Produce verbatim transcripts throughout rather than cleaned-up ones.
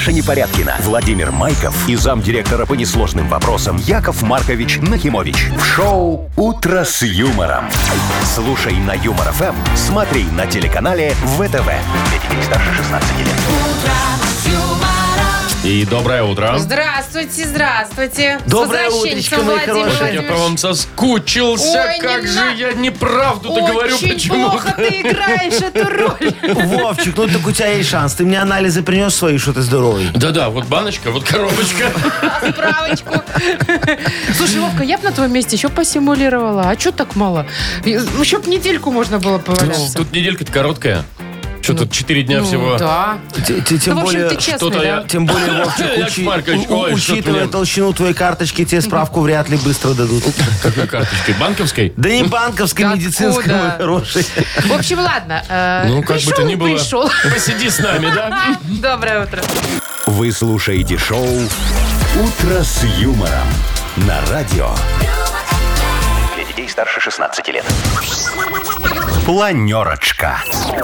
Маша Непорядкина, Владимир Майков и замдиректора по несложным вопросам Яков Маркович Нахимович. В шоу «Утро с юмором». Слушай на Юмор ФМ, смотри на телеканале ВТВ. Для детей старше шестнадцати лет. И доброе утро. Здравствуйте, здравствуйте. Доброе С возвращенцем, утречко, мои Владимир хорошие. Я Владимирович. по вам соскучился. Ой, как не же на- я неправду-то говорю Очень почему-то. плохо ты играешь эту роль. Вовчик, ну так у тебя есть шанс. Ты мне анализы принес свои, что ты здоровый. Да-да, вот баночка, вот коробочка. Справочку. Слушай, Вовка, я бы на твоем месте еще посимулировала. А что так мало? Еще бы недельку можно было Ну, поваляться. тут неделька-то короткая. Что тут, четыре дня Ну, всего? да. Т- т- Тем Ну, в общем, более, ты честный, что-то да? я- тем более, Вовчик, Яков учи- Маркович, у- ой, учитывая что-то мне- толщину твоей карточки, тебе справку вряд ли быстро дадут. Какой карточкой? Банковской? Да не банковской, Откуда? медицинской, мой хороший. В общем, ладно. э, Ну, как бы пришел то ни и было. пришел. Посиди с нами, да? Доброе утро. Вы слушаете шоу «Утро с юмором» на радио. Для детей старше шестнадцати лет. Планерочка.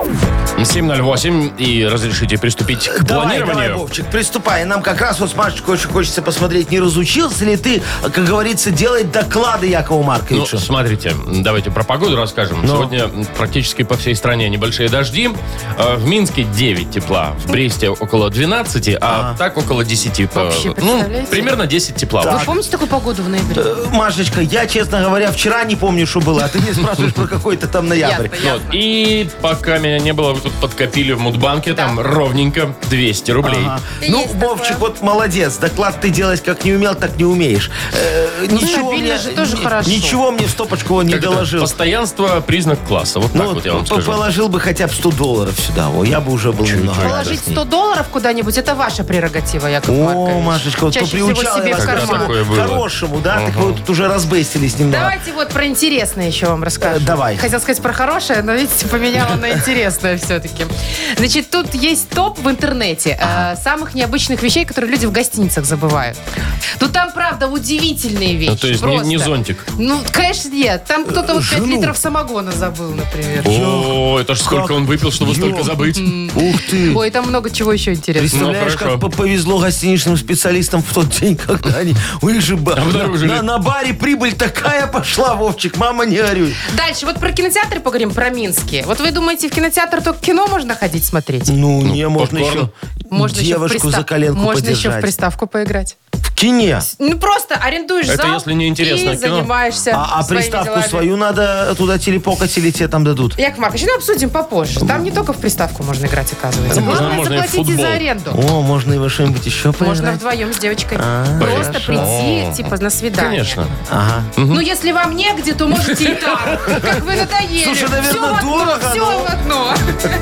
семь ноль восемь, и разрешите приступить к Давай, давай, планированию. Вовчик, приступай. Нам как раз вот с Машечкой очень хочется посмотреть, не разучился ли ты, как говорится, делать доклады Якову Ну, Марковичу. смотрите, давайте про погоду расскажем. Ну. Сегодня практически по всей стране небольшие дожди. Э, В Минске девять тепла, в Бресте около двенадцати, а так около десяти. по- Вообще, Ну, представляете? примерно десять тепла. Вы Вот. помните такую погоду в ноябре? Э, Машечка, я, честно говоря, вчера не помню, что было, а ты мне спрашиваешь про какой-то там ноябрь. Ясно, ясно. Вот. И пока меня не было, вы тут подкопили в Мудбанке, там ровненько двести рублей. Ага. Ну, Есть Вовчик, такое. вот молодец. Доклад ты делать как не умел, так не умеешь. Э, ничего стабильно мне, же тоже ни- хорошо. Ничего мне в стопочку он не Как это? доложил. Постоянство – признак класса. Вот так Ну, вот я вам п- скажу. положил бы хотя бы сто долларов сюда. О, я бы уже был немного Положить радостней. сто долларов куда-нибудь, это ваша прерогатива, Яков О, Маркович. Машечка, вот Чаще всего поприучал себе я в вас к Когда карман. такое этому было? хорошему, да? Так вы тут уже разбестились немного. Давайте вот про интересное еще вам расскажу. Э, давай. Хотел сказать про хорошее, но, видите, поменяла на интересное все-таки. Значит, тут есть топ в интернете э, самых необычных вещей, которые люди в гостиницах забывают. Ну, там, правда, удивительные вещи. Ну, то есть не, просто. не зонтик. Ну, конечно, нет. Там кто-то вот пять Жену. литров самогона забыл, например. О, это ж сколько как? он выпил, чтобы Ё. столько забыть. Ух ты. Ой, там много чего еще интересного. Представляешь, Ну, хорошо. как по- повезло гостиничным специалистам в тот день, когда они... У них же ба- Обнаружили. на, на баре прибыль такая пошла, Вовчик, мама, не горюй. Дальше, вот про кинотеатры поговорим, про Минские. Вот вы думаете, в кинотеатр только кино можно ходить смотреть? Ну, не, можно попкорн. еще Можно еще в девушку пристав- за коленку Можно еще в подержать. приставку поиграть. В кине. Ну, просто арендуешь Это зал если не интересно и кино. занимаешься А, а своими приставку делами. свою надо туда телепокать или тебе там дадут? Яков Маркович, ну обсудим попозже. Там не только в приставку можно играть, оказывается. Ну, можно- Главное, можно и в заплатите футбол. за аренду. О, можно и во что-нибудь еще Можно поиграть. вдвоем с девочкой. А, Просто хорошо. прийти, типа, на свидание. Конечно. Ага. Ну, если вам негде, то можете и так. Как вы надоели. Слушай, наверное, Всё в одно, дорого, всё но- в одно.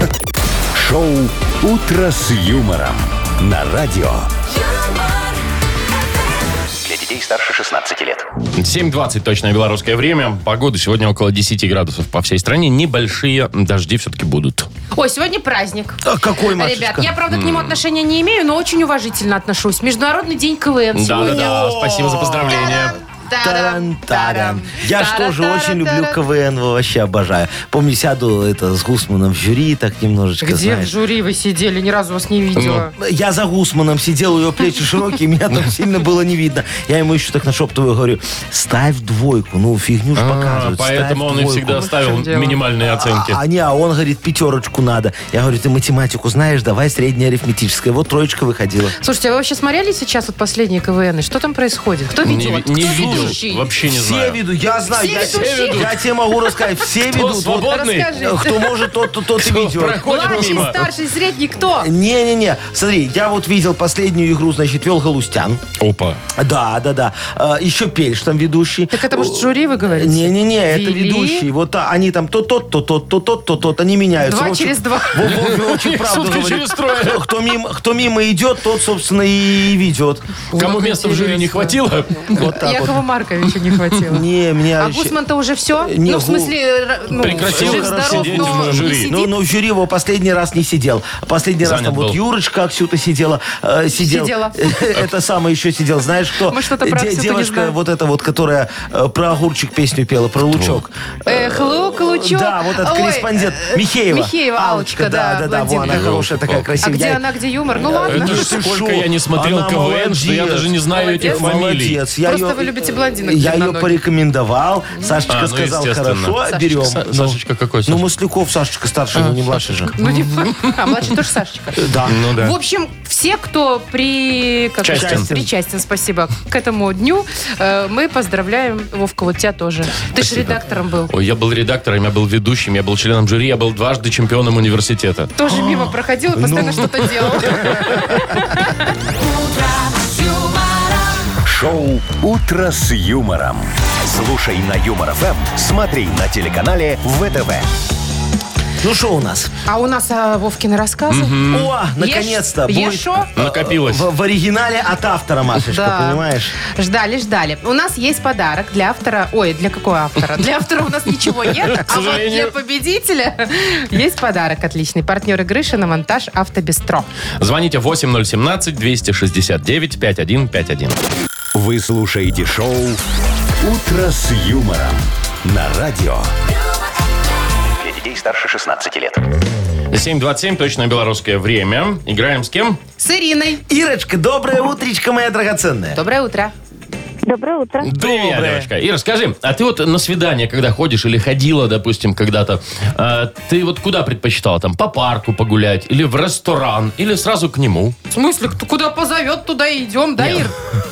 Шоу «Утро с юмором» на радио. Для детей старше шестнадцати лет. семь двадцать точное белорусское время. Погода сегодня около десяти градусов по всей стране. Небольшие дожди все-таки будут. Ой, сегодня праздник. А какой, Машечка? Ребят, я, правда, к нему отношения не имею, но очень уважительно отношусь. Международный день КВН сегодня. Да-да-да, спасибо за поздравление. Тан-таран. Я ж тоже очень люблю КВН, вообще обожаю. Помню, сяду это с Гусманом в жюри, так немножечко, Где в знаешь. жюри вы сидели? Ни разу вас не видела. Я за Гусманом сидел, у его плечи широкие, меня там сильно было не видно. Я ему еще так нашептываю, говорю, ставь двойку, ну фигню ж А, показывают. Поэтому ставь он и двойку. всегда Вот в ставил чем дело. минимальные оценки. А, а не, а он говорит, пятерочку надо. Я говорю, ты математику знаешь, давай среднее арифметическое. Вот троечка выходила. Слушайте, а вы вообще смотрели сейчас вот последние КВН? Что там происходит? Кто Не, ведет? ви- не Кто видел, ведущий? вообще не Все знаю. ведут, я знаю, Все я, ведущие? я тебе могу рассказать, все Кто ведут. Вот, свободный? Расскажи. кто может, тот, тот, тот и Кто ведет. проходит Младший, мимо? старший, средний, кто? Не-не-не, смотри, я вот видел последнюю игру, значит, вел Галустян. Опа. Да, да, да. А, еще Пельш там ведущий. Так это, может, жюри вы говорите? Не-не-не, это Вели? ведущий. Вот а, они там то тот, то тот, то тот, то тот, они меняются. Два В общем, через два. Во- Вове очень правду Сутки говорит. через трое. Кто, кто мимо, кто мимо идет, тот, собственно, и ведет. Кому Вот места в жюри не интересно. хватило? Вот так вот. Якову Марковича не хватило. Не, мне... А Гусман-то уже все? Не, Ну, в Гу- смысле, р- ну, Прекратил жив-здоров, сидеть но в не жюри. сидит. Ну, ну, в жюри его последний раз не сидел. Последний раз Занят там вот был. Юрочка Аксюта сидела. э, сидел. Сидела. Это самое еще сидел. Знаешь, кто? Мы что-то про Де- Аксюту не Девушка знаем. вот эта вот, которая э, про огурчик песню пела, про лучок. Эх, лук, лучок. Да, вот этот Ой, корреспондент э, Михеева. Михеева, Алочка, да, да, да, да, во, она блондинка. хорошая такая, А красивая. где Я- она, где юмор? Ну ладно. Это ж ты сколько шо? я не смотрел Она КВН, что я молодец. даже не знаю этих Молодец. фамилий. Молодец. Я Просто ее- вы любите блондинок Я ее длинноногих. порекомендовал. Сашечка А, ну, сказал, естественно. хорошо, Сашечка. берем. Са- Ну, Сашечка какой, Ну, Саша? Масляков, Сашечка старший, ну не младший же. Ну, не А, младший тоже Сашечка. Да. Ну да. В общем, все, кто при... как это Частен. сказать, причастен, спасибо, к этому дню, э, мы поздравляем. Вовка, вот тебя тоже. Ты же редактором был. Ой, я был редактором, я был ведущим, я был членом жюри, я был дважды чемпионом университета. Тоже мимо проходил и постоянно что-то делал. Шоу «Утро с юмором». Слушай на Юмор ФМ, смотри на телеканале ВТВ. Ну, что у нас? А у нас а, Вовкины рассказы. О, наконец-то. Ешь- будет ешо? Накопилось. В, в оригинале от автора, Машечка, Да. понимаешь? Ждали, ждали. У нас есть подарок для автора. Ой, для какого автора? Для автора у нас ничего нет, а вот для сожалению. победителя есть подарок отличный. Партнер игры «Шиномонтаж Автобестро». Звоните восемь ноль семнадцать двести шестьдесят девять пятьдесят один пятьдесят один. Вы слушаете шоу «Утро с юмором» на радио. Для детей старше шестнадцати лет. семь двадцать семь, точное белорусское время. Играем с кем? С Ириной. Ирочка, доброе утречко, моя драгоценная. Доброе утро. Доброе утро. Привет, Доброе. девочка. Ира, скажи, а ты вот на свидание, когда ходишь или ходила, допустим, когда-то, э, ты вот куда предпочитала? Там по парку погулять или в ресторан, или сразу к нему? В смысле, кто куда позовет, туда и идем, да, Ир?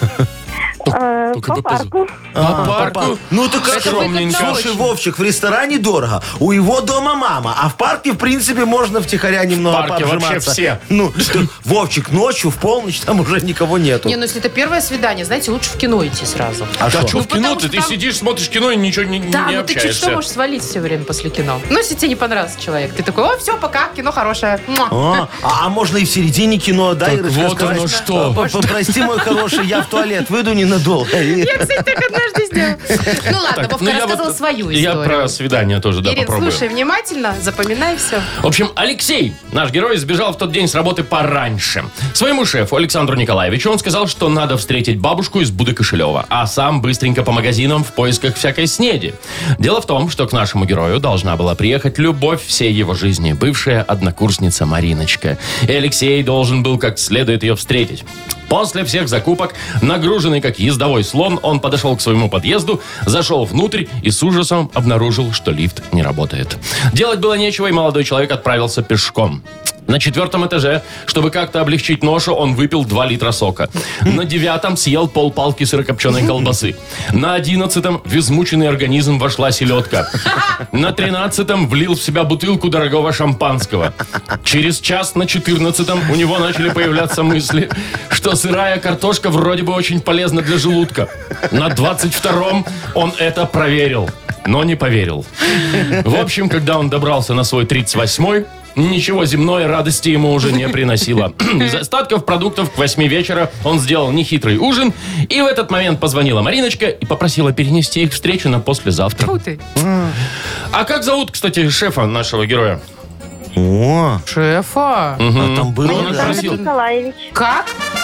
Э, Только по бы позу- парку. По парку? Папа. Ну так Это хорошо. выгодно Слушай, очень. Вовчик, в ресторане дорого. У его дома мама. А в парке, в принципе, можно втихаря немного парке вообще пообжиматься. все. Ну, ты, Вовчик, ночью, в полночь, там уже никого нету. Не, ну если это первое свидание, знаете, лучше в кино идти сразу. А Да что? что в кино потому ты? что Ты там- сидишь, смотришь кино и ничего не, Да, не ну ты чуть что общаешься. можешь свалить все время после кино. Ну, если тебе не понравился человек, ты такой, о, все, пока, кино хорошее. Муа. А, а, а можно и в середине кино, да, Так Ирочка, вот сказать, оно что. «П- п- Прости, мой хороший, я в туалет выйду ненадолго. Я, кстати, так однажды сделала. Ну ладно, Так, Вовка ну, я рассказывал вот- свою Я историю. про свидание тоже, да, Ирин, попробую. слушай внимательно, запоминай все. В общем, Алексей, наш герой, сбежал в тот день с работы пораньше. Своему шефу Александру Николаевичу он сказал, что надо встретить бабушку из Буды Кошелева, а сам быстренько по магазинам в поисках всякой снеди. Дело в том, что к нашему герою должна была приехать любовь всей его жизни, бывшая однокурсница Мариночка. И Алексей должен был как следует ее встретить. После всех закупок, нагруженный как ездовой слон, он подошел к своему подъезду, зашел внутрь и с ужасом обнаружил, что лифт не работает. Делать было нечего, и молодой человек отправился пешком. На четвертом этаже, чтобы как-то облегчить ношу, он выпил два литра сока. На девятом съел полпалки сырокопченой колбасы. На одиннадцатом в измученный организм вошла селедка. На тринадцатом влил в себя бутылку дорогого шампанского. Через час на четырнадцатом у него начали появляться мысли, что сырая картошка вроде бы очень полезна для желудка. На двадцать втором он это проверил, но не поверил. В общем, когда он добрался на свой тридцать восьмой, ничего земной радости ему уже не приносило. Из остатков продуктов к восьми вечера он сделал нехитрый ужин, и в этот момент позвонила Мариночка и попросила перенести их встречу на послезавтра. Фу ты. А как зовут, кстати, шефа нашего героя? О, Шефа. а там было, Ну, он да? спросил. Александр Николаевич. Как?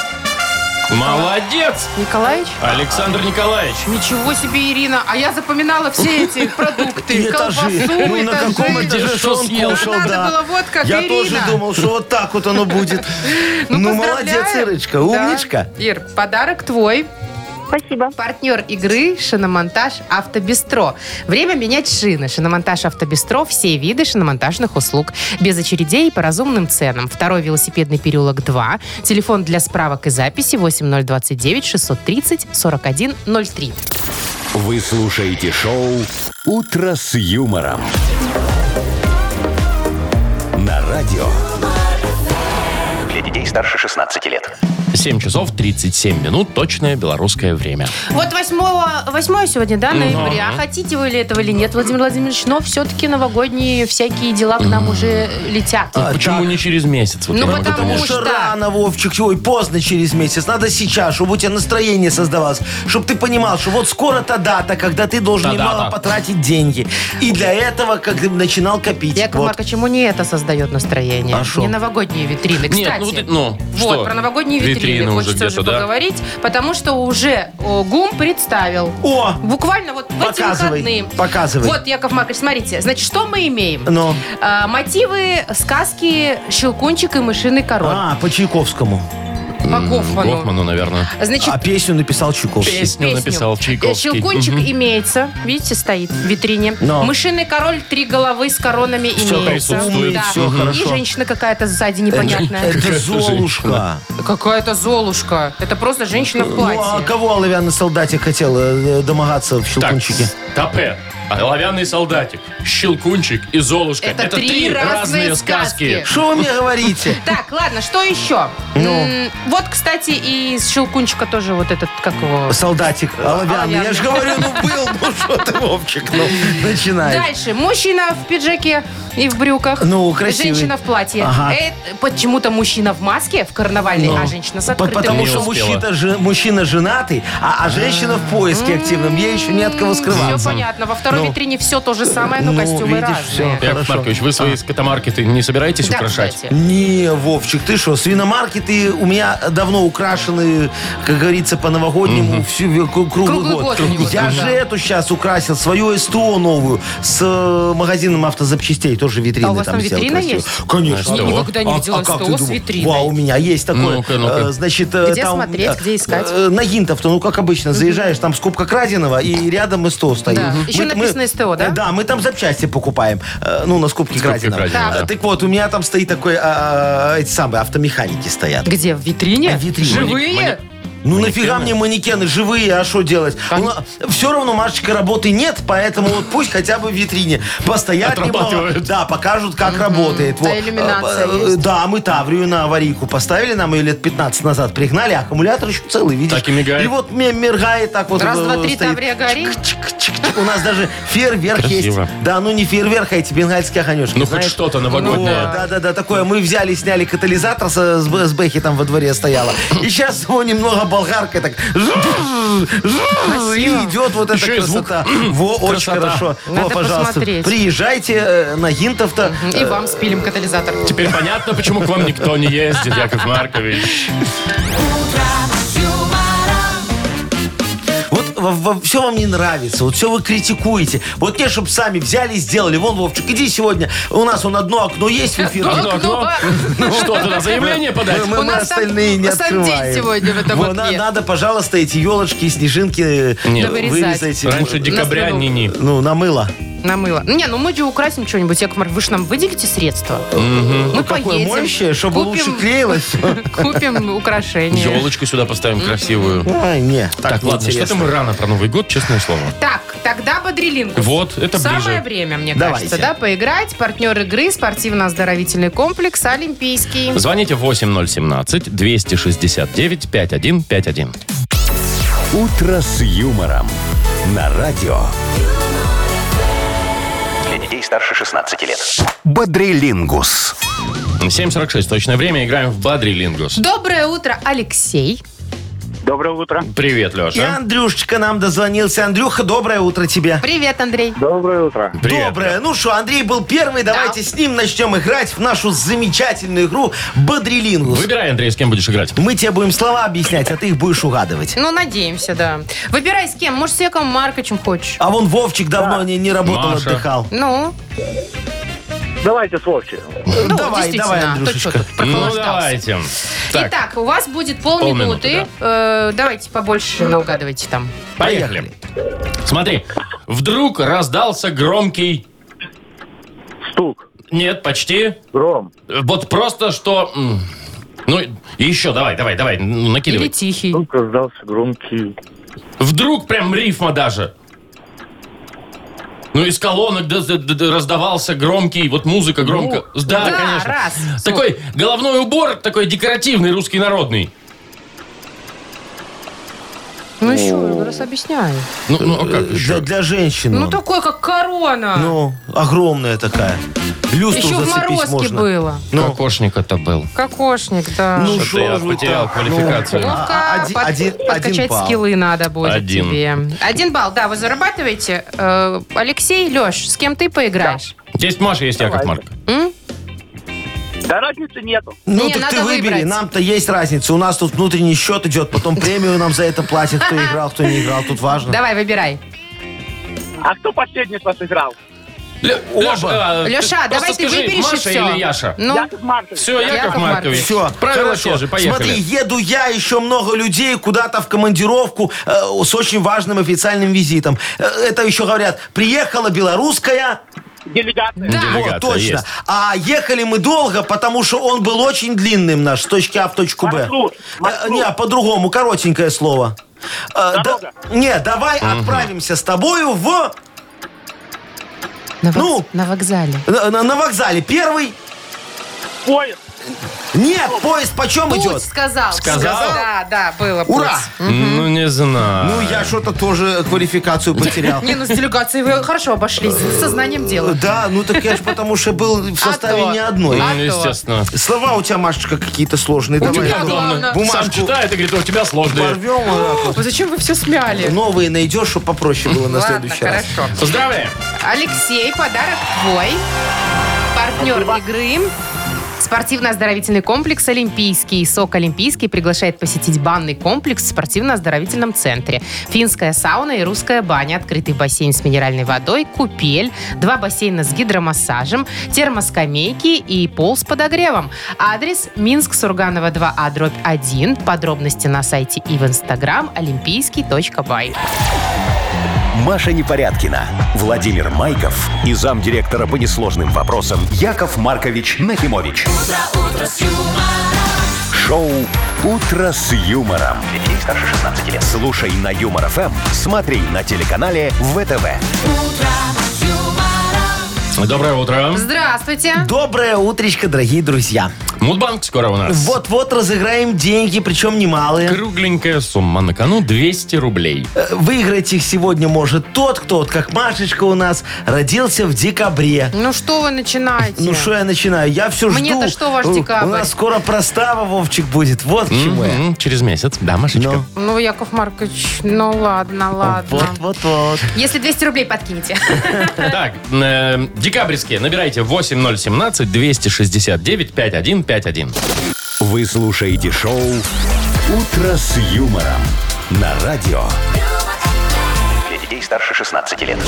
Молодец! Николаевич? Александр Николаевич. Ничего себе, Ирина. А я запоминала все эти продукты. И этажи. Колбасу, Ну, на каком этажи. этаже Что что он съел? кушал, Надо да. было вот как Я Ирина. тоже думал, что вот так вот оно будет. Ну, Ну, поздравляем. молодец, Ирочка, Да. умничка. Ир, подарок твой. Спасибо. Партнер игры «Шиномонтаж Автобестро». Время менять шины. «Шиномонтаж Автобестро» – все виды шиномонтажных услуг. Без очередей и по разумным ценам. Второй велосипедный переулок два. Телефон для справок и записи восемь ноль двадцать девять шестьсот тридцать сорок один ноль три. Вы слушаете шоу «Утро с юмором» на радио. Для Для детей старше шестнадцати лет. семь часов тридцать семь минут, точное белорусское время. Вот восьмого, восьмое сегодня, да, ноября. Ага. Хотите вы ли этого или нет, Владимир Владимирович, но все-таки новогодние всякие дела к нам уже летят. А, Почему так. не через месяц? Вот Ну, я не могу потому понять. Потому что что- рано, Вовчик, ой, поздно через месяц. Надо сейчас, чтобы у тебя настроение создавалось. Чтобы ты понимал, что вот скоро та дата, когда ты должен Та немало дата. потратить деньги. И для этого, как ты начинал копить. Яков Вот. Маркович, чему не это создает настроение? А шо? Не новогодние витрины. Кстати, Нет, ну, вот, ну, вот, что? про новогодние витрины, Витрины уже хочется уже где-то, да? поговорить, потому что уже о, ГУМ представил. О, Буквально вот в эти Показывай, выходные. показывай. Вот, Яков Маркович, смотрите. Значит, что мы имеем? ну. А, мотивы сказки «Щелкунчик и мышиный король». А, по Чайковскому. По Гофману. Гофману, наверное. Значит, А песню написал Чайковский. Песню написал Чайковский. Щелкунчик Мгм. имеется, видите, стоит в витрине. Но. Мышиный король, три головы с коронами Всё имеется. присутствует, Да. всё И хорошо. женщина какая-то сзади непонятная. Это Какая-то Золушка. Какая-то золушка. Это просто женщина в Ну, а платье. кого оловянный солдатик хотел э, домогаться в Так, Щелкунчике? Топе. Оловянный солдатик, Щелкунчик и Золушка. Это три разные сказки. Что вы мне говорите? Так, ладно, что еще? Ну. М, Вот, кстати, и из Щелкунчика тоже вот этот, как его... Солдатик оловянный. Я Оловянный. же говорю, ну был, ну что ты, Вовчик, ну начинаешь. Дальше. Мужчина в пиджаке и в брюках. Ну, красивый. Женщина в платье. Ага. Э, почему-то мужчина в маске, в карнавальной, Ну. а женщина с По- открытым Потому Не что успела. мужчина, же, мужчина женатый, а, а женщина в поиске активном. Ей еще не от кого Все скрываться. понятно. Во второй Ну. витрине все то же самое, но Ну, костюмы видишь, разные. всё. Яков Хорошо. Маркович, вы свои скотомаркеты не собираетесь Да, украшать? кстати. Не, Вовчик, ты что, свиномаркеты у меня давно украшены, как говорится, по-новогоднему всю ве- кру- круглый, Круглый год. год у него, Я да. же эту сейчас украсил, свою СТО новую, с э, магазином автозапчастей, тоже витрины А у вас там там сделал витрина красиво. есть? Конечно. Я никогда не видела как СТО ты с думал? витриной. Вау, у меня есть такое. Ну-ка, ну-ка. Э, Значит, э, Где там, смотреть, э, где искать? э, На Гинтов-то, ну как обычно, заезжаешь, там скупка краденого, и рядом СТО стоит. Да. Еще написано СТО, да? э, Да, мы там запчасти покупаем. э, Ну, на скупке Скупке краденого. краденого, Э, да. Так вот, у меня там стоит такой, а, эти самые автомеханики стоят. Где? В витрине? В витрине. Живые? Мани- Ну Манекены? нафига мне манекены живые, а что делать? Все равно, Машечка, работы нет, поэтому вот пусть хотя бы в витрине постоят немного. Отрабатывают. Да, покажут, как работает. А иллюминация Э, э, есть? Да, мы Таврию на аварийку поставили, нам ее лет пятнадцать назад пригнали, аккумулятор еще целый, видишь? Так и мигает? И вот ме- мигает так вот. Раз, э, два, три, стоит. Таврия, гори. Чик-чик-чик. У нас даже фейерверк есть. Красиво. Да, ну не фейерверк, а эти бенгальские огонечки. Ну, хоть знаешь? что-то новогоднее. Да, да, да, такое. Мы взяли, сняли катализатор с, с, Б- с Бэхи там во дворе стояла. И сейчас его немного болгаркой так и идет вот эта Еще и звук. красота. Во, очень Красота. хорошо. Надо Во, пожалуйста, посмотреть. приезжайте э, на Гинтов-то. И вам спилим катализатор. Теперь понятно, почему к вам никто не ездит, Яков Маркович. Вот все вам не нравится, вот все вы критикуете. Вот те, чтобы сами взяли и сделали. Вон, Вовчик, иди сегодня. У нас вон одно окно есть в эфире. Одно окно. Что, туда заявление подать? Мы, У мы нас там остальные не сандей открываем. сегодня в этом Во, окне. на- Надо, пожалуйста, эти елочки, снежинки Нет. Да вырезать. вырезать. Раньше декабря следу. ни-ни. Ну, на мыло. На мыло. Не, ну мы же украсим что-нибудь. Яков Маркович, вы же нам выделите средства. Мы Какое поедем. моющее, чтобы купим- лучше клеилось. Купим украшения. Елочку сюда поставим красивую. Ай, не, Так, так ладно, что-то мы рано про Новый год, честное слово. Так, тогда бодрилингус. Вот, это Самое ближе. время, мне Давайте. кажется, да, поиграть. Партнер игры спортивно-оздоровительный комплекс «Олимпийский». Звоните восемь ноль семнадцать двести шестьдесят девять пятьдесят один пятьдесят один. «Утро с юмором» на радио. Для детей старше шестнадцати лет. Бодрилингус. семь сорок шесть точное время, играем в Бодрилингус. Доброе утро, Алексей. Доброе утро. Привет, И Леша. Андрюшечка нам дозвонился. Андрюха, доброе утро тебе. Привет, Андрей. Доброе утро. Привет. Доброе. Ну что, Андрей был первый. Давайте с ним начнем играть в нашу замечательную игру Бодрилингус. Выбирай, Андрей, с кем будешь играть. Мы тебе будем слова объяснять, а ты их будешь угадывать. Ну, надеемся, да. Выбирай с кем. Может, с Яковом Марковичем хочешь? А вон Вовчик давно не, не работал, Маша. отдыхал. Ну, Давайте с Вовчиком. ну давай, действительно. давай, а то Андрюшечка. чё тут, Ну, прохлаждался. давайте. Так, Итак, у вас будет Полминуты, полминуты. Э, давайте побольше наугадывайте там. поехали. Смотри. Вдруг раздался громкий... Стук. Нет, почти. Гром. Вот просто что... м, Ну, и еще, давай, давай, давай, ну, Или накидывай. тихий. Стук раздался громкий. Вдруг прям рифма даже. Ну, из колонок д- д- д- раздавался громкий, вот музыка громко. да, да, конечно. раз. Такой головной убор, такой декоративный, русский народный. Ну еще, я раз объясняю. Ну, ну а как Для, еще? для женщин. Ну он. такой, как корона. Ну, огромная такая. Люстру Еще в зацепить морозке можно. было. Ну, Кокошник это был. Кокошник, да. ну Что-то я шо ж вы потерял так? квалификацию. Ну, Вовка, а- один- под- один- подкачать один балл. скиллы надо будет Один. тебе. Один балл, да, вы зарабатываете. Э, Алексей, Леш, с кем ты поиграешь? Есть Маша, есть Яков Марк. М? Да разницы нету. Ну, Не, так надо ты выбери. выбрать. Нам-то есть разница. У нас тут внутренний счет идет, потом премию нам за это платят, кто играл, кто не играл. Тут важно. Давай, выбирай. А кто последний с вас играл? Ле- Оба. Леша, а, Леша, ты давай просто ты скажи, выберешь и Маша все. или Яша? Ну, Яков Маркович. Все, Яков, Яков Маркович. Маркович. Все, Правила хорошо. те же, поехали. Смотри, еду я, еще много людей куда-то в командировку э, с очень важным официальным визитом. Э, это еще говорят, приехала белорусская... Делегация. Да. Делегация Вот, точно. есть. А ехали мы долго, потому что он был очень длинным наш, с точки А в точку Б. Маршрут, Э, маршрут. Не, по-другому, коротенькое слово. Э, Дорога. да- не, давай отправимся с тобою в... на, вокз- Ну? на вокзале. На, на- на вокзале. Первый... Поезд. Нет, поезд почем Путь идет? сказал. Сказал? Да, да, было Ура! путь. Ну, не знаю. Ну, я что-то тоже квалификацию потерял. Не, ну с делегацией вы хорошо обошлись, с сознанием дела. Да, ну так я же потому что был в составе А то. не одной. Ну, А то. естественно. Слова у тебя, Машечка, какие-то сложные. У Давай тебя эту главное. Сам бумажку читает и говорит, у тебя сложные. порвем. вот так вот. Ой, зачем вы все смяли? Новые найдешь, чтобы попроще было на Ладно, следующий раз. хорошо. Поздравляем. Алексей, подарок твой. Партнер игры. Спортивно-оздоровительный комплекс «Олимпийский». СОК «Олимпийский» приглашает посетить банный комплекс в спортивно-оздоровительном центре. Финская сауна и русская баня, открытый бассейн с минеральной водой, купель, два бассейна с гидромассажем, термоскамейки и пол с подогревом. Адрес Минск, Сурганова два А, дробь один. Подробности на сайте и в инстаграм олимпийский точка бай. Маша Непорядкина, Владимир Майков и замдиректора по несложным вопросам Яков Маркович Нахимович. Шоу «Утро с юмором». Для детей старше шестнадцати лет. Слушай на Юмор ФМ, смотри на телеканале ВТВ. Доброе утро. Здравствуйте. Доброе утречко, дорогие друзья. Мудбанк скоро у нас. Вот-вот разыграем деньги, причем немалые. Кругленькая сумма на кону двести рублей. Э, Выиграть их сегодня может тот, кто, вот как Машечка у нас, родился в декабре. Ну что вы начинаете? Ну что я начинаю? Я все жду. Мне-то что ваш У- декабрь? У нас скоро простава, Вовчик, будет. Вот к чему я. Мгм, Через месяц. Да, Машечка? Ну. Ну, Яков Маркович, ну ладно, ладно. Вот-вот-вот. Если двести рублей подкинете. Так, э, декабрьские. Набирайте восемь ноль семнадцать двести шестьдесят девять пятьдесят один пятьдесят один. Вы слушаете шоу «Утро с юмором» на радио. Для детей старше шестнадцати лет.